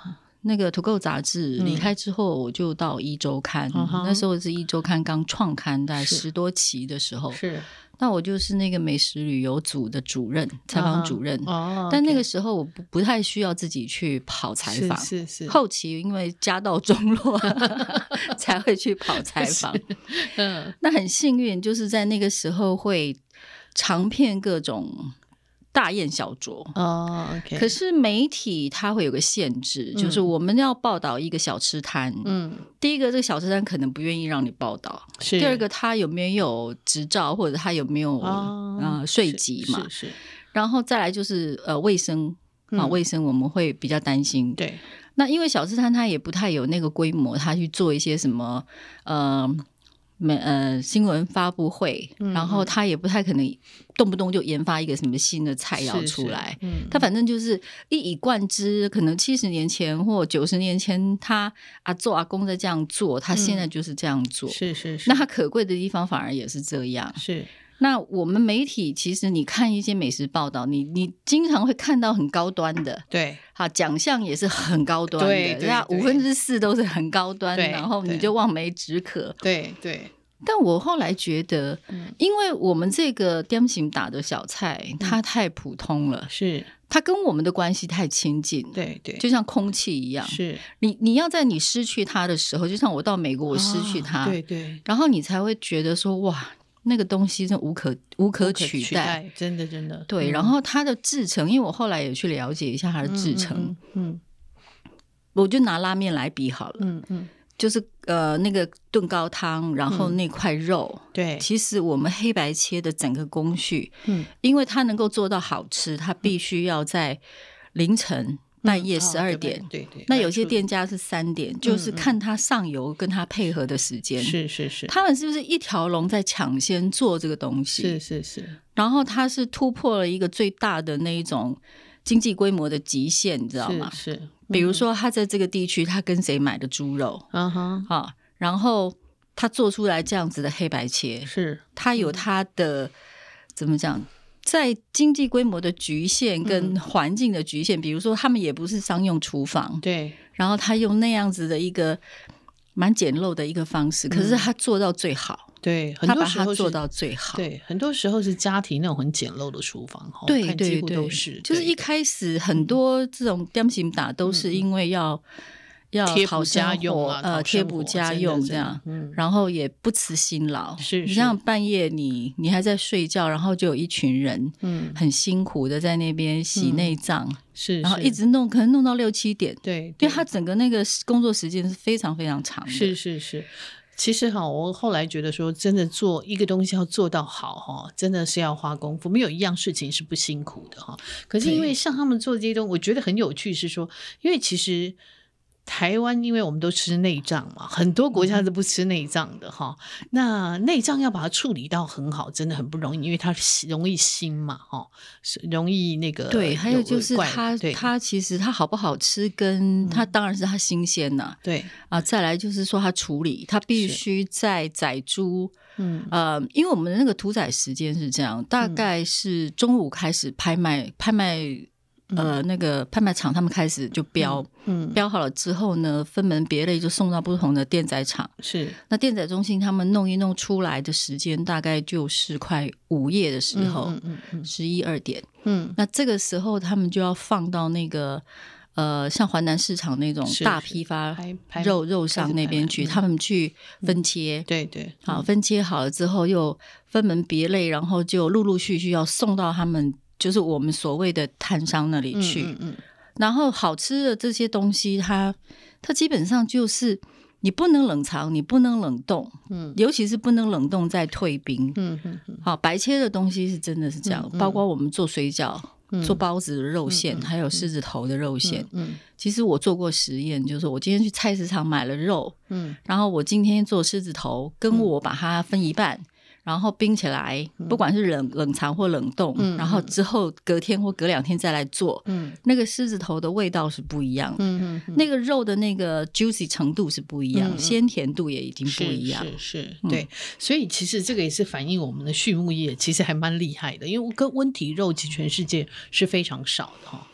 那个土购杂志离开之后，我就到一周刊、嗯、那时候是一周刊刚创刊大概十多期的时候， 是那我就是那个美食旅游组的主任，采访主任、 哦、 但那个时候我 不, 不太需要自己去跑采访， 是是是， 后期因为家道中落才会去跑采访。嗯，那很幸运就是在那个时候会尝遍各种大宴小酌哦、okay、 可是媒体它会有个限制、嗯、就是我们要报道一个小吃摊，嗯，第一个这个小吃摊可能不愿意让你报道，第二个他有没有执照或者他有没有、哦呃、税籍嘛， 是 是, 是， 然后再来就是呃卫生啊，卫生我们会比较担心， 对， 那因为小吃摊它也不太有那个规模，他去做一些什么呃呃，新闻发布会、嗯、然后他也不太可能动不动就研发一个什么新的菜肴出来，是是、嗯、他反正就是一以贯之，可能七十年前或九十年前他阿祖阿公在这样做，他现在就是这样做、嗯、 是是是， 那他可贵的地方反而也是这样， 是。 那我们媒体其实你看一些美食报道，你你经常会看到很高端的， 对， 好，奖项也是很高端的， 对对对， 五分之四都是很高端，然后你就望梅止渴， 对对。 但我后来觉得、嗯、因为我们这个点心打的小菜它太普通了， 是它跟我们的关系太亲近， 对对， 就像空气一样， 是你你要在你失去它的时候，就像我到美国我失去它、 哦、对对， 然后你才会觉得说哇那个东西真无可无可取代, 取代真的真的对、嗯、然后它的制成，因为我后来也去了解一下它的制成，嗯, 嗯, 嗯我就拿拉面来比好了，嗯嗯，就是呃那个炖高汤，然后那块肉、嗯、对，其实我们黑白切的整个工序，嗯，因为它能够做到好吃，它必须要在凌晨半夜十二点、嗯哦、对, 对, 对，那有些店家是三点、嗯、就是看它上游跟它配合的时间， 是是是， 他们是不是一条龙在抢先做这个东西， 是是是， 然后它是突破了一个最大的那一种经济规模的极限，你知道吗？ 是是、嗯、 比如说他在这个地区他跟谁买的猪肉，嗯哼，好，然后他做出来这样子的黑白切， 是他有他的、嗯、怎么讲，在经济规模的局限跟环境的局限、嗯、比如说他们也不是商用厨房， 对， 然后他用那样子的一个蛮简陋的一个方式、嗯、可是他做到最好， 对，很多时候他把它做到最好， 对，很多时候是家庭那种很简陋的厨房， 对对对， 几乎都是， 就是一开始很多这种点心打都是因为要、嗯、要贴补家用啊， 呃，贴补家用这样、嗯，然后也不辞辛劳， 是你像半夜你你还在睡觉，然后就有一群人，嗯，很辛苦的在那边洗内脏、嗯， 是， 然后一直弄，可能弄到六七点， 对， 因为他整个那个工作时间是非常非常长的， 是是是。其实哈，我后来觉得说，真的做一个东西要做到好哈，真的是要花功夫，没有一样事情是不辛苦的哈。可是因为像他们做这些东西，我觉得很有趣，是说，因为其实台湾因为我们都吃内脏嘛，很多国家都不吃内脏的哈、嗯。那内脏要把它处理到很好，真的很不容易，因为它容易腥嘛哈，容易那个对。还有就是它它其实它好不好吃，跟它当然是它新鲜呐、啊嗯。对啊，再来就是说它处理，它必须在宰猪。嗯呃，因为我们的那个屠宰时间是这样，大概是中午开始拍卖，拍卖。呃，那个拍卖场他们开始就标，嗯，标好了之后呢，分门别类就送到不同的电宰场。是，那电宰中心他们弄一弄出来的时间，大概就是快午夜的时候，嗯嗯嗯，十一二点，嗯，那这个时候他们就要放到那个呃，像环南市场那种大批发肉肉上那边去，他们去分切， 对对， 好，分切好了之后又分门别类，然后就陆陆续续要送到他们。就是我们所谓的摊商那里去，嗯嗯嗯，然后好吃的这些东西它它基本上就是你不能冷藏，你不能冷冻，嗯，尤其是不能冷冻再退冰，嗯嗯嗯，好，白切的东西是真的是这样，嗯嗯，包括我们做水饺、嗯、做包子的肉馅、嗯嗯、还有狮子头的肉馅，嗯，嗯，其实我做过实验，就是我今天去菜市场买了肉，嗯，然后我今天做狮子头，跟我把它分一半。然后冰起来，不管是冷冷藏或冷冻、嗯、然后之后隔天或隔两天再来做、嗯、那个狮子头的味道是不一样的、嗯嗯、那个肉的那个 juicy 程度是不一样、嗯、鲜甜度也已经不一样， 是是是、嗯、对，所以其实这个也是反映我们的畜牧业其实还蛮厉害的，因为跟温体肉其实全世界是非常少的、哦、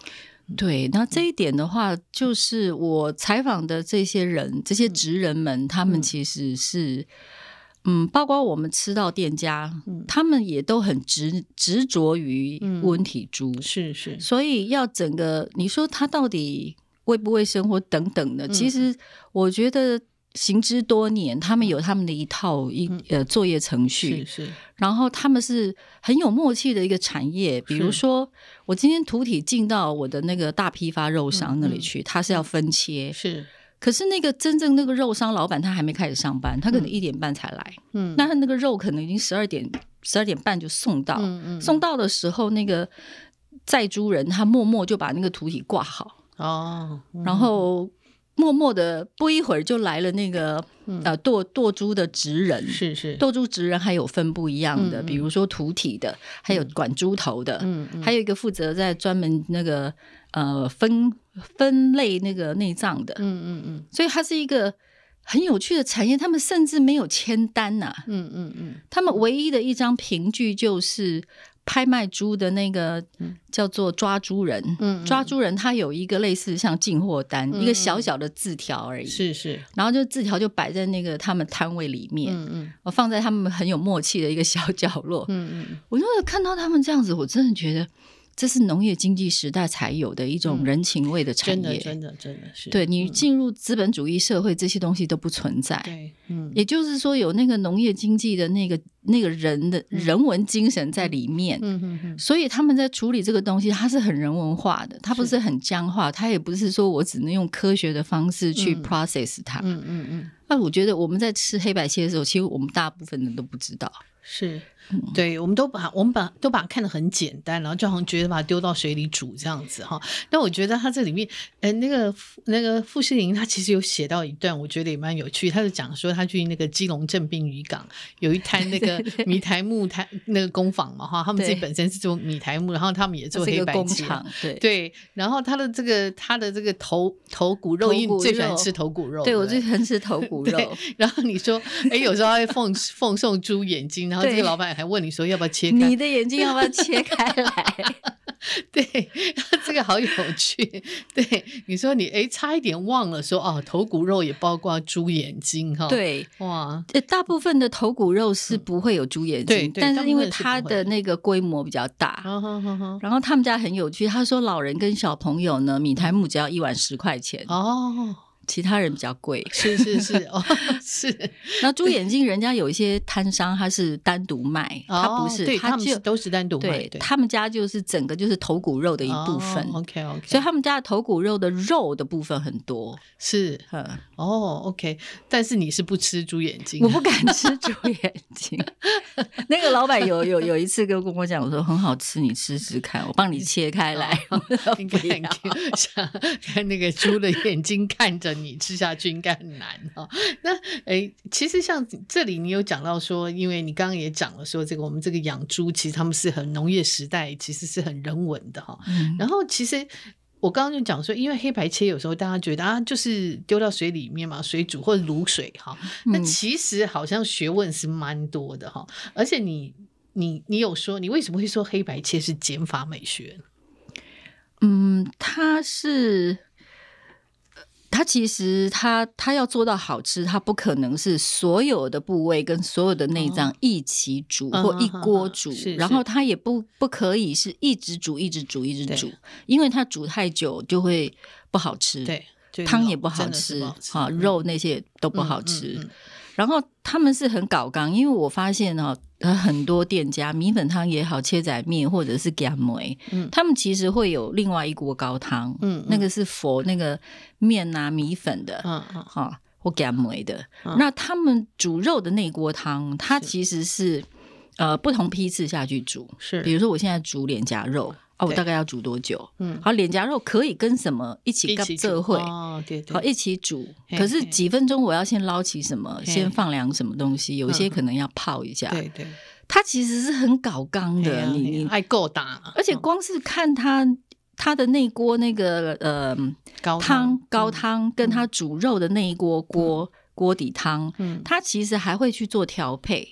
对，那这一点的话，就是我采访的这些人，这些职人们，他们其实是，嗯，包括我们吃到店家，嗯、他们也都很执执着于温体猪， 嗯、是是， 所以要整个，你说他到底卫不卫生或等等的，嗯、其实我觉得。行之多年，他们有他们的一套一、嗯、呃作业程序， 是是， 然后他们是很有默契的一个产业。比如说，我今天土体进到我的那个大批发肉商那里去，嗯、他是要分切， 是。 可是那个真正那个肉商老板他还没开始上班，他可能一点半才来，嗯，那他那个肉可能已经十二点十二点半就送到，嗯嗯，送到的时候，那个载猪人他默默就把那个土体挂好， 哦， 嗯、然后。默默的不一会儿就来了那个、嗯、呃剁剁猪的职人， 是是剁猪职人还有分不一样的，嗯、比如说土体的，还有管猪头的，嗯嗯、还有一个负责在专门那个呃分分类那个内脏的， 嗯嗯嗯， 所以它是一个很有趣的产业。他们甚至没有签单呐、啊， 嗯嗯嗯， 他们唯一的一张凭据就是。拍卖猪的那个叫做抓猪人，嗯、抓猪人他有一个类似像进货单，嗯、一个小小的字条而已， 是是， 然后就字条就摆在那个他们摊位里面，嗯嗯，我放在他们很有默契的一个小角落，嗯嗯，我就看到他们这样子，我真的觉得。这是农业经济时代才有的一种人情味的产业， 嗯、真的真的真的是。 对你进入资本主义社会，这些东西都不存在。 对，嗯， 也就是说，有那个农业经济的那个那个人的人文精神在里面。嗯嗯嗯。所以他们在处理这个东西，它是很人文化的，它不是很僵化，它也不是说我只能用科学的方式去 process 它。嗯嗯嗯。那我觉得我们在吃黑白切的时候，其实我们大部分人都不知道。 是。对，我们都把我们把都把它看得很简单，然后就好像觉得把它丢到水里煮这样子哈。但我觉得他这里面，呃，那个那个傅士林他其实有写到一段，我觉得也蛮有趣。他就讲说他去那个基隆正滨渔港有一摊那个米苔木摊那个工坊嘛哈，他们自己本身是做米苔木，然后他们也做黑白切， 对对。然后他的这个他的这个头头骨肉，因为你最喜欢吃头骨肉， 对我最喜欢吃头骨肉。 然后你说，哎，有时候会奉奉送猪眼睛，然后这个老板还问你说要不要切开， 你的眼睛要不要切开来？ 对，这个好有趣。对，你说你哎差一点忘了说哦，头骨肉也包括猪眼睛哈。 对， 哇， 大部分的头骨肉是不会有猪眼睛， 嗯、对， 但是因为它的那个规模比较大， 嗯、 然后他们家很有趣，他说老人跟小朋友呢，米苔目只要一碗十块钱哦。 其他人比较贵， 是是是哦，是。 那猪眼睛，人家有一些摊商，他是单独卖， 哦、 他不是， 对他就都是单独卖。 对，他们家就是整个就是头骨肉的一部分。 哦、OK OK， 所以他们家的头骨肉的肉的部分很多。 是，嗯，哦 OK， 但是你是不吃猪眼睛， 我不敢吃猪眼睛。那个老板有有有一次跟我讲说很好吃，你吃吃看，我帮你切开来。 哦、应该想看那个猪的眼睛看着。你吃下去应该很难哈。那诶，其实像这里你有讲到说，因为你刚刚也讲了说，这个我们这个养猪其实他们是很农业时代，其实是很人文的哈。嗯、然后其实我刚刚就讲说，因为黑白切有时候大家觉得啊，就是丢到水里面嘛，水煮或者卤水哈。那其实好像学问是蛮多的哈。而且你你你有说，你为什么会说黑白切是减法美学？ 嗯，它是。它其实它它要做到好吃，它不可能是所有的部位跟所有的内脏一起煮、哦、或一锅煮，嗯、然后它也不不可以是一直煮一直煮一直煮，因为它煮太久就会不好吃， 对， 汤也不好吃，好肉那些都不好吃。嗯嗯嗯、然后他们是很搞刚，因为我发现哦，很多店家米粉汤也好，切仔面或者是干梅，嗯，他们其实会有另外一锅高汤，嗯，那个是佛那个面啊米粉的，嗯嗯，哈、哦、或干梅的。嗯、那他们煮肉的那锅汤，它其实是呃不同批次下去煮， 是， 比如说我现在煮脸颊肉。哦、我大概要煮多久？嗯，好，脸颊肉可以跟什么一起跟这会？ 哦，对对， 好，一起煮。可是几分钟我要先捞起什么，先放凉什么东西，有一些可能要泡一下。 对对， 它其实是很搞刚的，你你爱够大， 而且光是看它它的那锅那个呃高汤高汤，跟它煮肉的那一锅锅锅底汤，嗯，它其实还会去做调配，嗯。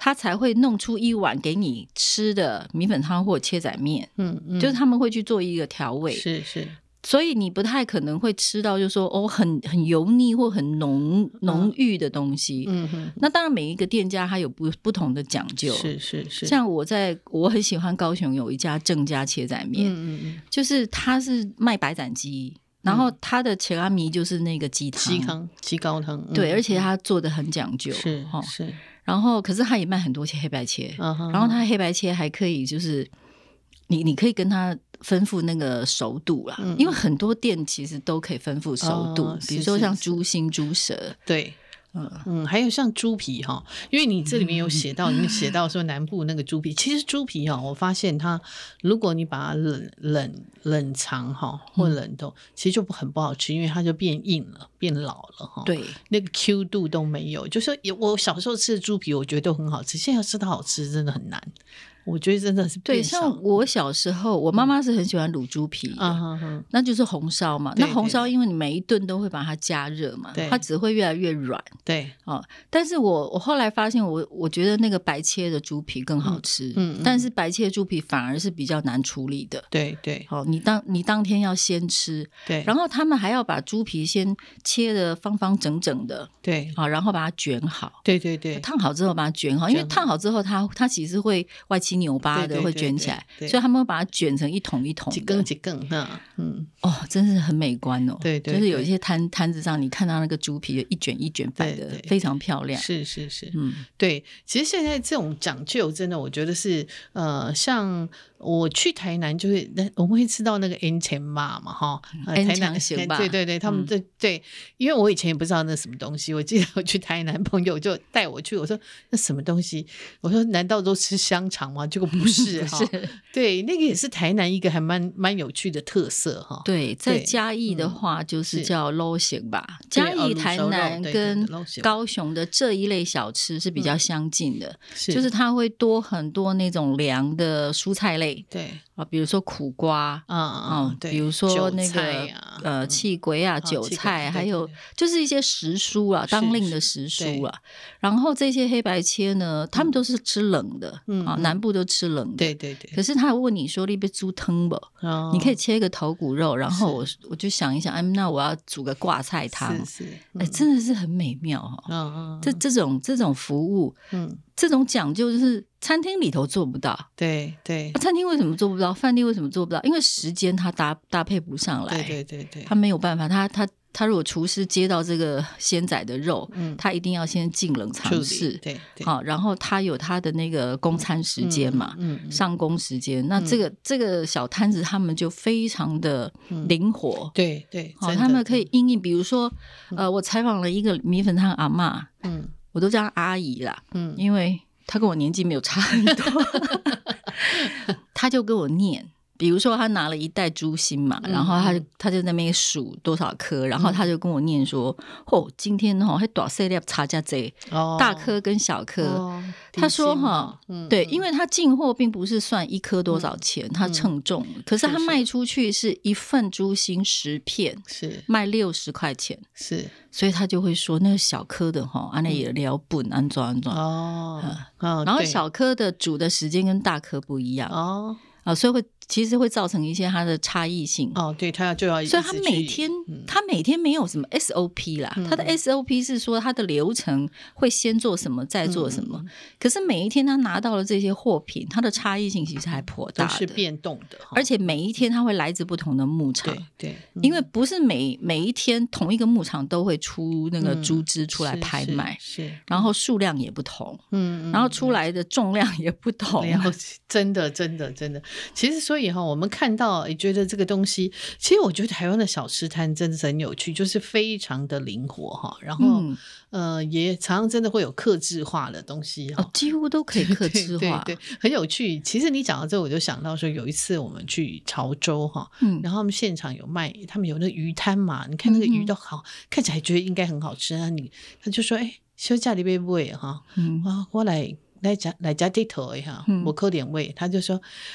他才会弄出一碗给你吃的米粉汤或切仔面，嗯嗯，就是他们会去做一个调味， 是是。 所以你不太可能会吃到就是说哦很很油腻或很浓浓郁的东西，嗯哼。那当然每一个店家它有不不同的讲究， 是是是。 像我在我很喜欢高雄有一家郑家切仔面，嗯嗯嗯，就是它是卖白斩鸡，然后它的切阿米就是那个鸡汤， 鸡汤鸡高汤，嗯、 对，而且它做的很讲究， 是是。 然后可是它也卖很多切黑白切，嗯、然后它黑白切还可以就是你你可以跟它吩咐那个熟度啦，嗯、因为很多店其实都可以吩咐熟度，哦、比如说像猪心、猪舌， 对，嗯嗯，还有像猪皮哈，因为你这里面有写到，你写到说南部那个猪皮，其实猪皮哈，我发现它如果你把它冷冷冷藏哈或冷冻，嗯、其实就很不好吃，因为它就变硬了，变老了哈。 对， 那个 Q 度都没有。就是我小时候吃的猪皮，我觉得都很好吃，现在要吃它好吃真的很难。我觉得真的是对，像我小时候，我妈妈是很喜欢卤猪皮的，嗯、那就是红烧嘛。那红烧因为你每一顿都会把它加热嘛，它只会越来越软。 对， 哦，但是我我后来发现我，我我觉得那个白切的猪皮更好吃，嗯，嗯但是白切的猪皮反而是比较难处理的。 对对， 哦，你当你当天要先吃， 对， 然后他们还要把猪皮先切的方方整整的， 对， 好、哦，然后把它卷好， 对对对， 烫好之后把它卷好，因为烫好之后它它其实会歪七扭八的会卷起来，对对对对，所以他们会把它卷成一桶一桶的， 几根几根，嗯， 哦，真是很美观哦。 对 对, 对， 就是有一些摊摊子上，你看到那个猪皮就一卷一卷摆的非常漂亮。 是是是，嗯，对。其实现在这种讲究，真的我觉得是呃，像我去台南，就是我们会吃到那个 N 钱妈嘛，哈， 台南行吧， 对对对，他们对、嗯、对，因为我以前也不知道那什么东西，我记得我去台南，朋友就带我去，我说那什么东西？我说难道都吃香肠吗？结果不是哈，对，那个也是台南一个还蛮蛮有趣的特色哈。 对，在嘉义的话就是叫捞行吧，嘉义、台南跟高雄的这一类小吃是比较相近的，嗯、就是它会多很多那种凉的蔬菜类， 对啊，比如说苦瓜，嗯嗯，比如说那个、啊、呃气鬼啊、韭菜，还有就是一些时蔬啊，当令的时蔬啊。然后这些黑白切呢，他们都是吃冷的，嗯啊，南部都吃冷的， 对对对。 可是他问你说你要煮汤不？哦、你可以切一个头骨肉，然后我我就想一想，哎，那我要煮个挂菜汤， 是是， 哎、嗯，真的是很美妙哈、哦。嗯嗯，这这种这种服务，嗯。这种讲究就是餐厅里头做不到， 对对。 餐厅为什么做不到？饭店为什么做不到？因为时间它搭搭配不上来， 对对对对， 他没有办法，他他他如果厨师接到这个鲜仔的肉，嗯，他一定要先进冷藏室， 对对， 好，然后他有他的那个供餐时间嘛，嗯，嗯上工时间，那这个、嗯、这个小摊子他们就非常的灵活， 嗯、对对， 好，他们可以因应，比如说，呃，我采访了一个米粉汤阿嬷，嗯。我都叫她阿姨啦，嗯，因为她跟我年纪没有差很多，她就跟我念，比如说她拿了一袋猪心嘛，嗯、然后她就她就在那边数多少颗，然后她就跟我念说，哦，今天哈还大细粒差价这，大颗跟小颗，哦、她说哈，嗯、对，因为她进货并不是算一颗多少钱，她、嗯、称重，嗯、可是她卖出去是一份猪心十片， 是卖六十块钱， 是。 所以他就会说那个小颗的哈，安那也聊本安装安装哦，嗯、然后小颗的煮的时间跟大颗不一样哦，啊，所以会其实会造成一些它的差异性哦，对，他就要， 所以他每天、嗯、他每天没有什么 S O P 啦，嗯、他的 S O P 是说他的流程会先做什么再做什么，嗯、可是每一天他拿到了这些货品，它的差异性其实还颇大的， 都是变动的， 而且每一天他会来自不同的牧场， 对对，嗯、 因为不是每每一天同一个牧场都会出那个猪只出来拍卖，嗯、是, 是，然后数量也不同，嗯，然后出来的重量也不同， 嗯、真的真的真的，其实所以哈，我们看到也觉得这个东西，其实我觉得台湾的小吃摊真的是很有趣，就是非常的灵活哈，然后、嗯、呃也常常真的会有客制化的东西哈、 哦，几乎都可以客制化， 对, 对, 对，很有趣。其实你讲到这我就想到说，有一次我们去潮州哈，嗯，然后他们现场有卖，他们有那个鱼摊嘛，你看那个鱼都好、嗯、看起来觉得应该很好吃啊，你他就说哎，小家里边买哈，嗯，啊我来来家来家地头哈，我扣点味，他就说。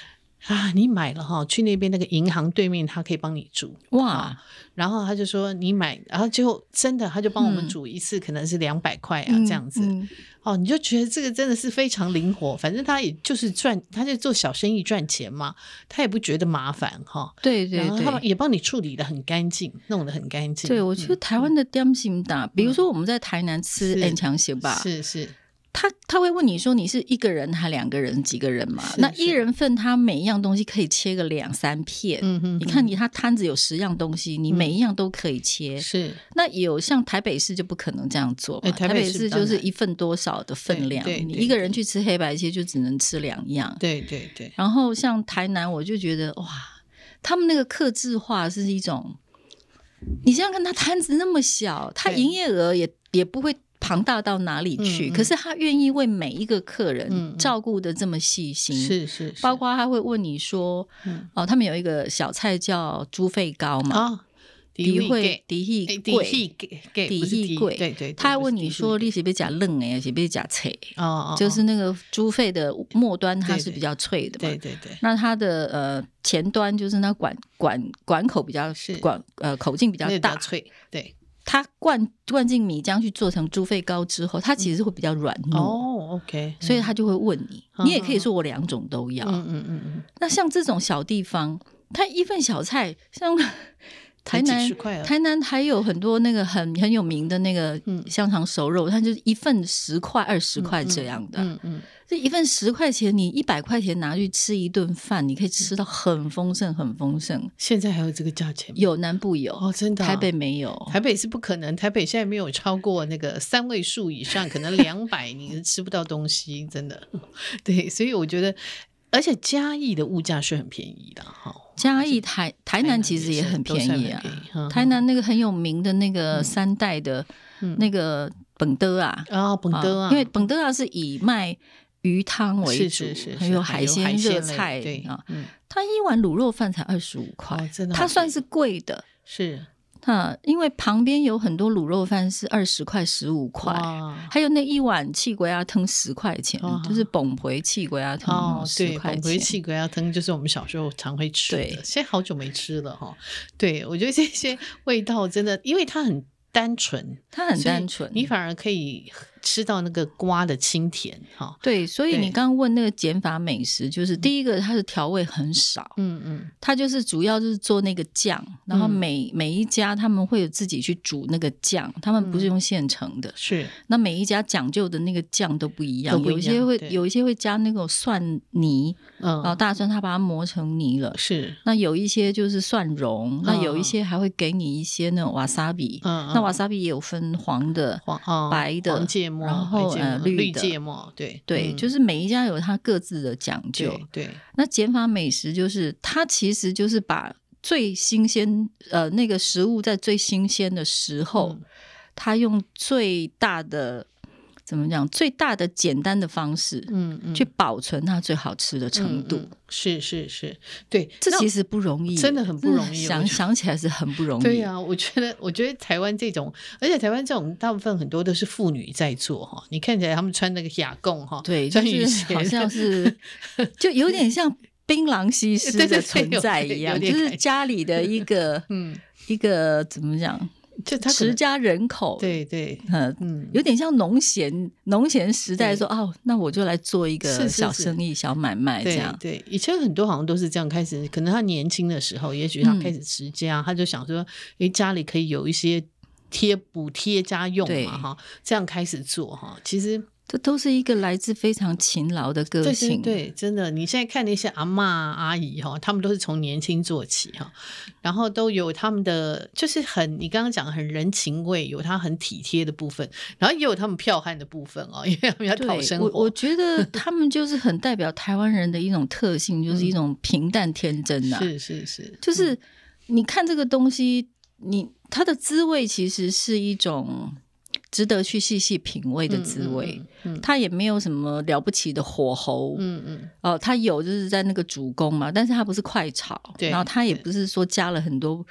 啊，你买了哈，去那边那个银行对面，他可以帮你煮哇。然后他就说你买，然后最后真的他就帮我们煮一次，嗯、可能是两百块啊、嗯、这样子。嗯、哦，你就觉得这个真的是非常灵活，反正他也就是赚，他就做小生意赚钱嘛，他也不觉得麻烦哈。 对对对，然后他也帮你处理的很干净，弄得很干净。 对，我觉得台湾的点心大、嗯，比如说我们在台南吃安强蟹吧， 是是。 他他会问你说你是一个人还两个人几个人嘛？那一人份他每一样东西可以切个两三片。嗯哼，你看你他摊子有十样东西，你每一样都可以切。是、嗯，那有像台北市就不可能这样做嘛？欸、台北市就是一份多少的分量，你一个人去吃黑白切就只能吃两样。 对对对。 然后像台南，我就觉得哇，他们那个客制化是一种，你想想看，他摊子那么小，他营业额也也不会庞大到哪里去、嗯嗯、可是他愿意为每一个客人照顾的这么细心，是、嗯、是, 是包括他会问你说、嗯哦、他们有一个小菜叫猪肺糕嘛、哦底会底气贵，底气贵，对对，他还问你说你是不是加嫩哎，是不是加脆？哦，就是那个猪肺的末端它是比较脆的嘛，对对对。那它的呃前端就是那管管管口比较管呃口径比较大， 脆，对。 它灌灌进米浆去做成猪肺糕之后，它其实会比较软糯、嗯、 哦 ，OK， 所以他就会问你，嗯、你也可以说我两种都要。嗯嗯嗯嗯。那像这种小地方，它一份小菜像。台南台南还有很多那个很很有名的那个香肠熟肉，嗯、它就是一份十块二十块这样的。嗯嗯，这、嗯嗯、一份十块钱，你一百块钱拿去吃一顿饭，你可以吃到很丰盛，很丰盛。 现在还有这个价钱吗？ 有，南部有哦，真的、啊。 台北没有， 台北是不可能。台北现在没有超过那个三位数以上，可能两百你是吃不到东西，真的。对，所以我觉得，而且嘉义的物价是很便宜的哈。 嘉义台台南其实也很便宜啊，宜台南那个很有名的那个三代的那个本德啊， 啊、嗯、本德啊， 因为本德啊是以卖鱼汤为主，是是是是还有海鲜热菜啊，嗯，它一碗卤肉饭才二十五块，哦、真的它算是贵的， 是。 啊，因为旁边有很多卤肉饭是二十块、十五块，还有那一碗气龟鸭汤十块钱，就是崩回气龟鸭汤十块钱。 崩回气龟鸭汤就是我们小时候常会吃的，现在好久没吃了哈。对，我觉得这些味道真的，因为它很单纯， 它很单纯， 你反而可以吃到那个瓜的清甜哈。 对，所以你刚刚问那个减法美食，就是第一个它的调味很少，嗯嗯，它就是主要就是做那个酱，然后每、嗯、每一家他们会有自己去煮那个酱，他们不是用现成的，嗯、是。那每一家讲究的那个酱都不一样，有一些会有一些会加那种蒜泥，嗯，然后大蒜它把它磨成泥了，是。那有一些就是蒜蓉，嗯、那有一些还会给你一些那种瓦萨比，嗯，那瓦萨比也有分黄的、黄、哦、白的、 黄芥末。 然后呃绿芥末，对对、嗯，就是每一家有它各自的讲究。 对，对那减法美食就是它其实就是把最新鲜呃那个食物在最新鲜的时候，嗯、它用最大的怎么讲最大的简单的方式，嗯嗯，去保存它最好吃的程度。嗯嗯是是是，对， 这其实不容易， 真的很不容易。 想想起来是很不容易。 对啊，我觉得，我觉得台湾这种，而且台湾这种大部分很多都是妇女在做哈。你看起来他们穿那个亚贡哈， 对，就是好像是，就有点像槟榔西施的存在一样，对对对就是家里的一个，嗯，一个怎么讲？就他持家人口， 对对， 嗯，有点像农闲农闲时代说哦，那我就来做一个小生意、是是是小买卖这样。 对，对以前很多好像都是这样开始，可能他年轻的时候，也许他开始持家，嗯、他就想说，哎，家里可以有一些贴补贴家用嘛，哈，这样开始做哈，其实。 这都是一个来自非常勤劳的个性， 对对对，真的。你现在看那些阿嬷阿姨哈，他们都是从年轻做起哈，然后都有他们的就是很你刚刚讲很人情味，有他很体贴的部分，然后也有他们剽悍的部分哦，因为他们要讨生活。 我我觉得他们就是很代表台湾人的一种特性，就是一种平淡天真啊。 是是是， 就是你看这个东西，你它的滋味其实是一种。值得去细细品味的滋味，嗯嗯嗯、它也没有什么了不起的火候，嗯嗯，哦，它有就是在那个主攻嘛，但是它不是快炒，然后它也不是说加了很多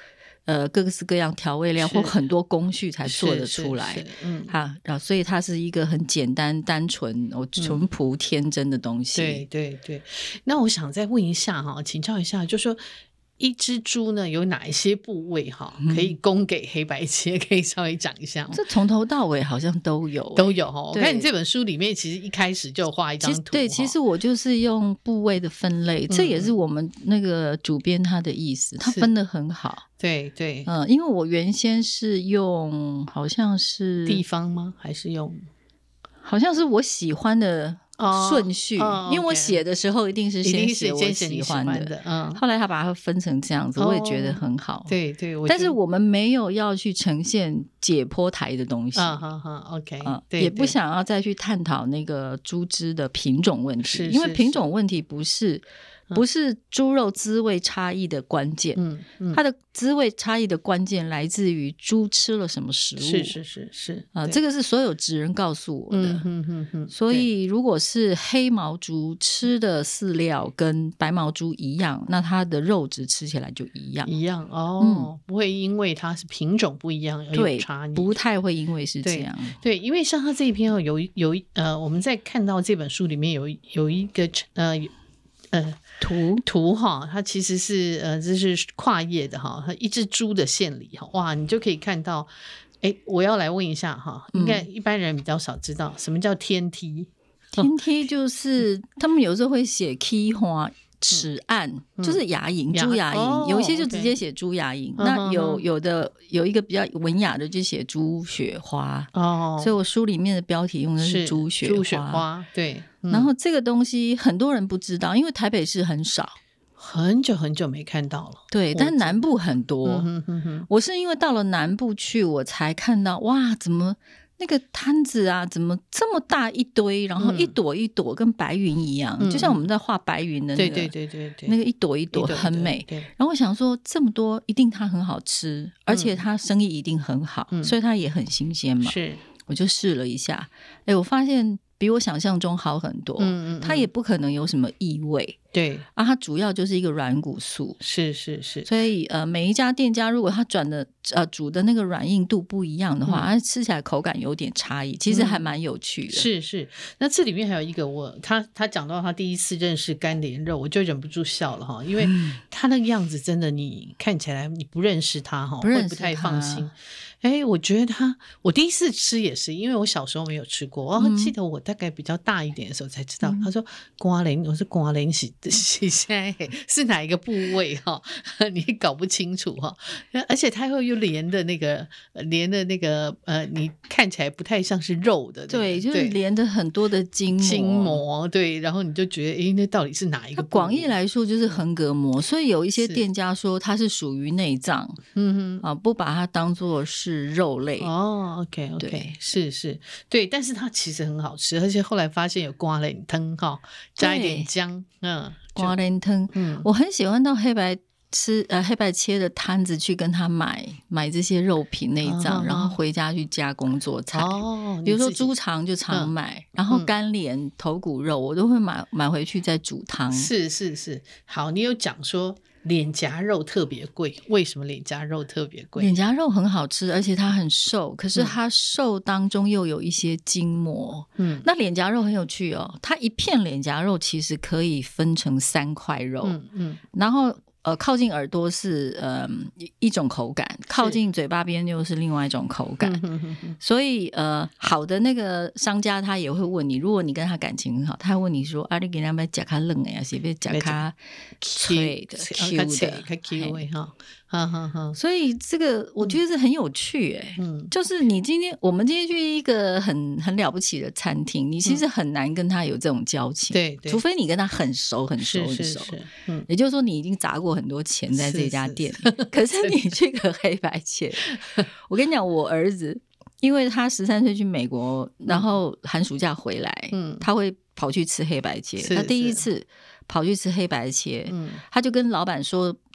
呃各式各样调味料或很多工序才做得出来，嗯，哈，然后所以它是一个很简单、单纯、哦淳朴、天真的东西。 对对对。那我想再问一下哈，请教一下，就说一只猪呢有哪一些部位哈可以供给黑白切？可以稍微讲一下吗？ 这从头到尾好像都有都有哈。我看你这本书里面其实一开始就画一张图。 对，其实我就是用部位的分类，这也是我们那个主编他的意思，他分得很好。 对对， 嗯，因为我原先是用好像是地方吗？还是用好像是我喜欢的顺序、哦哦、因为我写的时候一定是先写我喜欢的， 的嗯、 后来他把它分成这样子、哦、我也觉得很好。 对对， 但是我们没有要去呈现解剖台的东西、 嗯嗯嗯、OK、嗯、对， 也不想要再去探讨那个猪只的品种问题， 是因为品种问题不是不是猪肉滋味差异的关键、嗯嗯、它的滋味差异的关键来自于猪吃了什么食物。 是是是是啊，这个是所有职人告诉我的、 嗯哼哼哼， 所以如果是黑毛猪吃的饲料跟白毛猪一样，那它的肉质吃起来就一样一样哦、嗯，不会因为它是品种不一样而有差异， 不太会因为是这样。 对, 对，因为像它这一篇有有呃，我们在看到这本书里面有有一个呃呃图图哈，它其实是呃这是跨页的哈，一只猪的献礼哈，哇，你就可以看到，哎，我要来问一下哈，应该一般人比较少知道、嗯、什么叫天梯。 天梯就是他们有时候会写 key 花齿岸、嗯、就是牙龈，猪牙龈、哦、有一些就直接写猪牙龈、okay、那有有的有一个比较文雅的就写猪雪花哦，所以我书里面的标题用的是猪雪花。 猪雪花，对、 嗯、然后这个东西很多人不知道，因为台北市很少， 很久很久没看到了。 对，但南部很多、 嗯、哼哼哼， 我是因为到了南部去我才看到，哇，怎么那个摊子啊怎么这么大一堆，然后一朵一朵跟白云一样、嗯、就像我们在画白云的那个， 对对对对对， 那个一朵一朵很美。 对对对对， 然后我想说这么多一定它很好吃，而且它生意一定很好、嗯、所以它也很新鲜嘛。 是， 我就试了一下，哎，我发现比我想象中好很多。嗯嗯嗯，它也不可能有什么异味。 对啊，它主要就是一个软骨素。 是是是， 所以呃，每一家店家如果它转的呃煮的那个软硬度不一样的话，它、嗯、吃起来口感有点差异，其实还蛮有趣的。 嗯、是是，那这里面还有一个我他他讲到他第一次认识干莲肉，我就忍不住笑了哈，因为他那个样子真的你看起来你不认识他哈，会不太放心。哎，我觉得他，我第一次吃也是，因为我小时候没有吃过，我、嗯、记得我大概比较大一点的时候才知道。嗯、他说瓜莲，我是瓜莲洗洗现在是哪一个部位哈？你搞不清楚哈，而且它会又连的那个连的那个呃，你看起来不太像是肉的、那個， 对，就是连的很多的筋膜， 筋膜对，然后你就觉得哎，那到底是哪一个部位？ 广义来说就是横膈膜，所以有一些店家说它是属于内脏，嗯哼啊，不把它当作是。是肉类哦 ，OK OK， 是是，对，但是它其实很好吃，而且后来发现有瓜莲汤哈，加一点姜，嗯， 瓜莲汤，嗯，我很喜欢到黑白吃呃黑白切的摊子去跟他买买这些肉品内脏、哦，然后回家去加工做菜。哦，比如说猪肠就常买，嗯、然后干莲、头骨肉我都会买买回去再煮汤。 是是是，好，你有讲说。脸颊肉特别贵，为什么脸颊肉特别贵？ 脸颊肉很好吃，而且它很瘦，可是它瘦当中又有一些筋膜。嗯，那脸颊肉很有趣哦，它一片脸颊肉其实可以分成三块肉。嗯嗯，然后呃，靠近耳朵是呃一种口感，靠近嘴巴边又是另外一种口感。所以呃，好的那个商家他也会问你，如果你跟他感情很好，他会问你说啊，你给他们夹卡冷的呀，是不是夹卡脆的、Q 的、 Q 的哈？ 所以这个我觉得是很有趣哎、欸嗯，就是你今天我们今天去一个很很了不起的餐厅，你其实很难跟他有这种交情，对、嗯，除非你跟他很熟很熟很熟，是是是嗯，也就是说你已经砸过很多钱在这家店里，是是可是你去个黑白切，我跟你讲，我儿子因为他十三岁去美国，然后寒暑假回来，嗯，他会跑去吃黑白切，他第一次跑去吃黑白切、嗯、他就跟老板说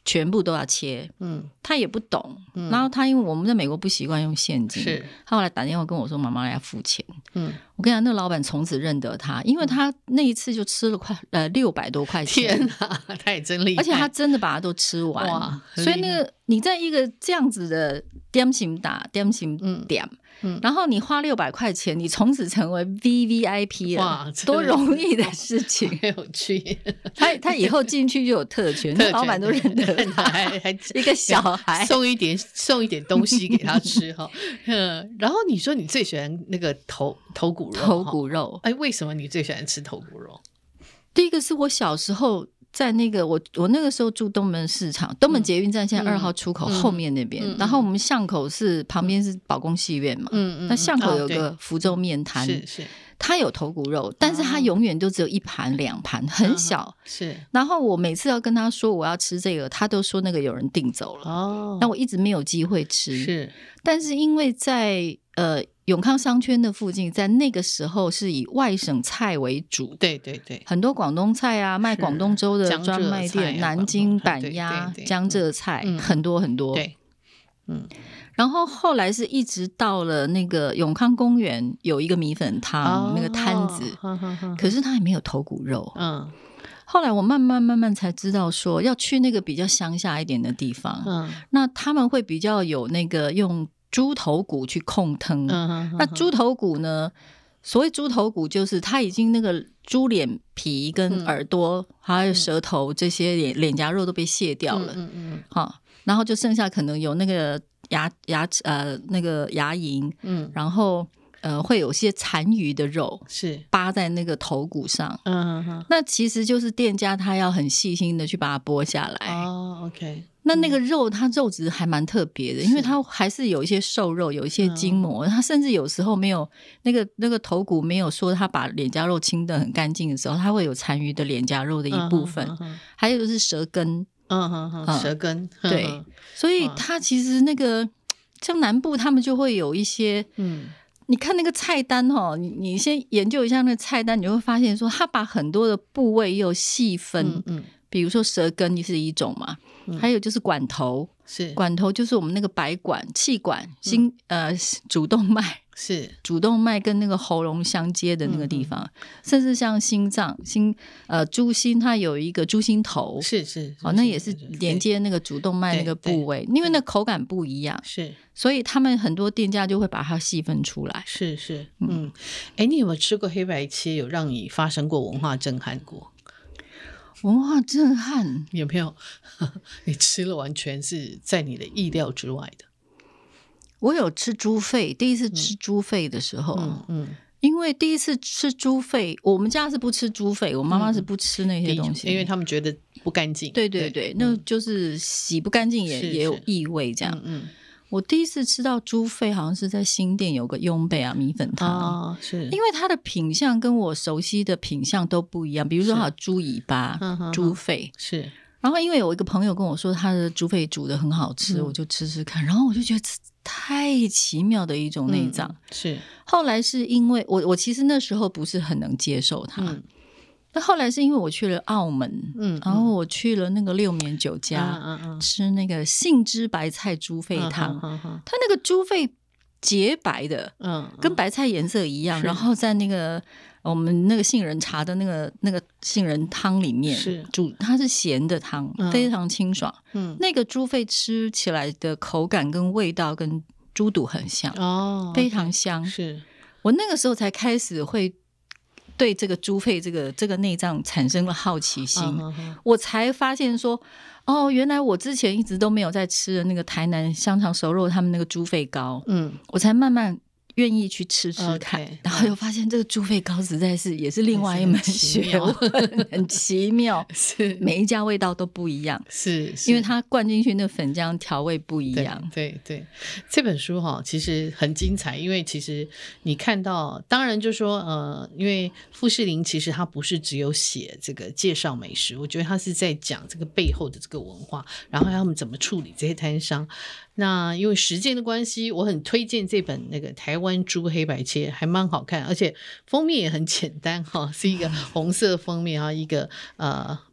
全部都要切， 嗯， 他也不懂，嗯、然后他因为我们在美国不习惯用现金， 是， 他后来打电话跟我说妈妈要付钱， 嗯， 我跟你讲，那个老板从此认得他，因为他那一次就吃了快呃六百多块钱， 天哪，他也真厉害， 而且他真的把它都吃完， 哇， 所以那个你在一个这样子的点心打点心点。嗯嗯、然后你花六百块钱，你从此成为 V V I P 了，哇，多容易的事情， 很有趣。 他他以后进去就有特权，那老板都认得他，还还一个小孩送一点送一点东西给他吃哈。嗯，然后你说你最喜欢那个头头骨肉， 头骨肉， 哎，为什么你最喜欢吃头骨肉？ 第一个是我小时候。在那个我我那个时候住东门市场，东门捷运站现在二号出口后面那边，嗯嗯、然后我们巷口是旁边是宝宫戏院嘛，嗯嗯，那巷口有个福州面摊， 是是， 它有头骨肉，但是它永远都只有一盘两盘，很小， 是。 然后我每次要跟他说我要吃这个，他都说那个有人订走了，哦，那我一直没有机会吃， 是。 但是因为在呃。永康商圈的附近，在那个时候是以外省菜为主， 对对对， 很多广东菜啊，卖广东粥的专卖店，南京板鸭、江浙菜， 嗯、 很多很多。 对，嗯。 然后后来是一直到了那个永康公园有一个米粉汤、哦、那个摊子， 呵呵呵可是它也没有头骨肉。 嗯。 后来我慢慢慢慢才知道说，要去那个比较乡下一点的地方，嗯，那他们会比较有那个用。猪头骨去控汤，嗯、哼哼那猪头骨呢？所谓猪头骨，就是它已经那个猪脸皮跟耳朵、嗯、还有舌头这些脸脸颊肉都被卸掉了，嗯嗯嗯好，然后就剩下可能有那个牙牙齿呃那个牙龈，嗯，然后呃会有些残余的肉是扒在那个头骨上， 嗯哼哼那其实就是店家他要很细心的去把它剥下来。 哦 ，OK。 那那个肉它肉质还蛮特别的，因为它还是有一些瘦肉，有一些筋膜，它甚至有时候没有那个那个头骨没有说它把脸颊肉清得很干净的时候，它会有残余的脸颊肉的一部分，嗯、哼哼还有就是舌根， 嗯哼哼，舌根，嗯、 对，所以它其实那个像南部他们就会有一些，嗯。你看那个菜单哦，你你先研究一下那个菜单，你就会发现说，他把很多的部位又细分，嗯嗯比如说舌根是一种嘛，嗯、还有就是管头， 是管头就是我们那个白管、气管、心、嗯、呃主动脉， 是主动脉跟那个喉咙相接的那个地方，嗯、甚至像心脏、心呃猪心，它有一个猪心头， 是是， 哦，那也是连接那个主动脉那个部位，因为那口感不一样， 是， 所以他们很多店家就会把它细分出来。 是是，嗯，哎，你有没有吃过黑白切？有让你发生过文化震撼过？ 文化震撼有没有？你吃了完全是在你的意料之外的。 我有吃猪肺，第一次吃猪肺的时候，嗯嗯，因为第一次吃猪肺，我们家是不吃猪肺，我妈妈是不吃那些东西， 嗯、因为他们觉得不干净。 对对对，对那就是洗不干净也也有异味这样。嗯嗯。我第一次吃到猪肺，好像是在新店有个雍贝啊米粉汤， 哦、是因为它的品相跟我熟悉的品相都不一样，比如说它有猪尾巴、猪肺， 是。 然后因为有一个朋友跟我说他的猪肺煮得很好吃，嗯、我就吃吃看，然后我就觉得太奇妙的一种内脏。嗯、 是。 后来是因为我我其实那时候不是很能接受它。嗯那后来是因为我去了澳门，嗯，然后我去了那个六绵酒家，嗯嗯嗯、吃那个杏汁白菜猪肺汤，嗯嗯嗯、它那个猪肺洁白的，嗯，跟白菜颜色一样，然后在那个我们那个杏仁茶的那个那个杏仁汤里面是煮，它是咸的汤，嗯、非常清爽，嗯，那个猪肺吃起来的口感跟味道跟猪肚很像，哦，非常香， 是我那个时候才开始会。对这个猪肺这个这个内脏产生了好奇心，嗯、哼哼我才发现说，哦，原来我之前一直都没有在吃的那个台南香肠熟肉他们那个猪肺糕，嗯，我才慢慢愿意去吃吃看， okay, 然后又发现这个猪肺糕实在是也是另外一门学问，很奇妙， 是每一家味道都不一样， 是, 是因为它灌进去那粉浆调味不一样。 对 对, 对，这本书哈其实很精彩，因为其实你看到，当然就说呃，因为富士林其实它不是只有写这个介绍美食，我觉得它是在讲这个背后的这个文化，然后他们怎么处理这些摊商。那因为时间的关系，我很推荐这本那个台湾猪黑白切，还蛮好看，而且封面也很简单哈，是一个红色封面啊，一个呃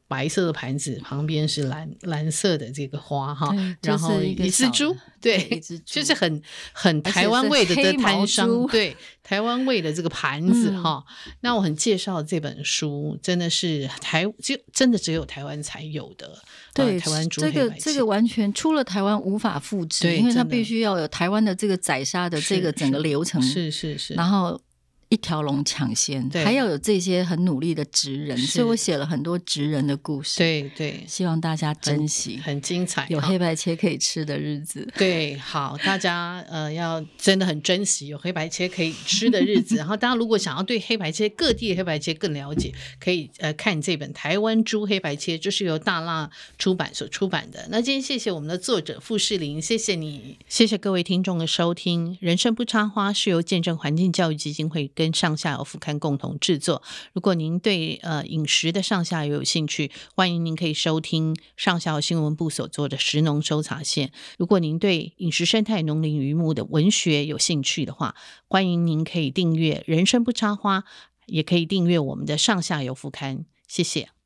白色的盘子，旁边是蓝蓝色的这个花哈，然后就是一只猪，对， 一只猪就是很很台湾味的这摊商，对，台湾味的这个盘子哈、嗯。那我很介绍这本书，真的是台就真的只有台湾才有的， 对， 呃、台湾猪这个这个完全除了台湾无法复制，因为它必须要有台湾的这个宰杀的这个整个流程， 是是 是, 是， 然后。一条龙抢先，还要有这些很努力的职人，所以我写了很多职人的故事。 对对， 希望大家珍惜， 很, 很精彩， 有黑白切可以吃的日子。 对，好，大家呃要真的很珍惜有黑白切可以吃的日子。然后，大家如果想要对黑白切各地的黑白切更了解，可以呃看这本《台湾猪黑白切》，就是由大辣出版所出版的。那今天谢谢我们的作者傅士林，谢谢你，谢谢各位听众的收听。人生不插花是由见证环境教育基金会跟上下游副刊共同制作。如果您对呃饮食的上下游有兴趣，欢迎您可以收听上下游新闻部所做的食农搜查线。如果您对饮食生态、农林渔牧的文学有兴趣的话，欢迎您可以订阅人生不插花，也可以订阅我们的上下游副刊。谢谢。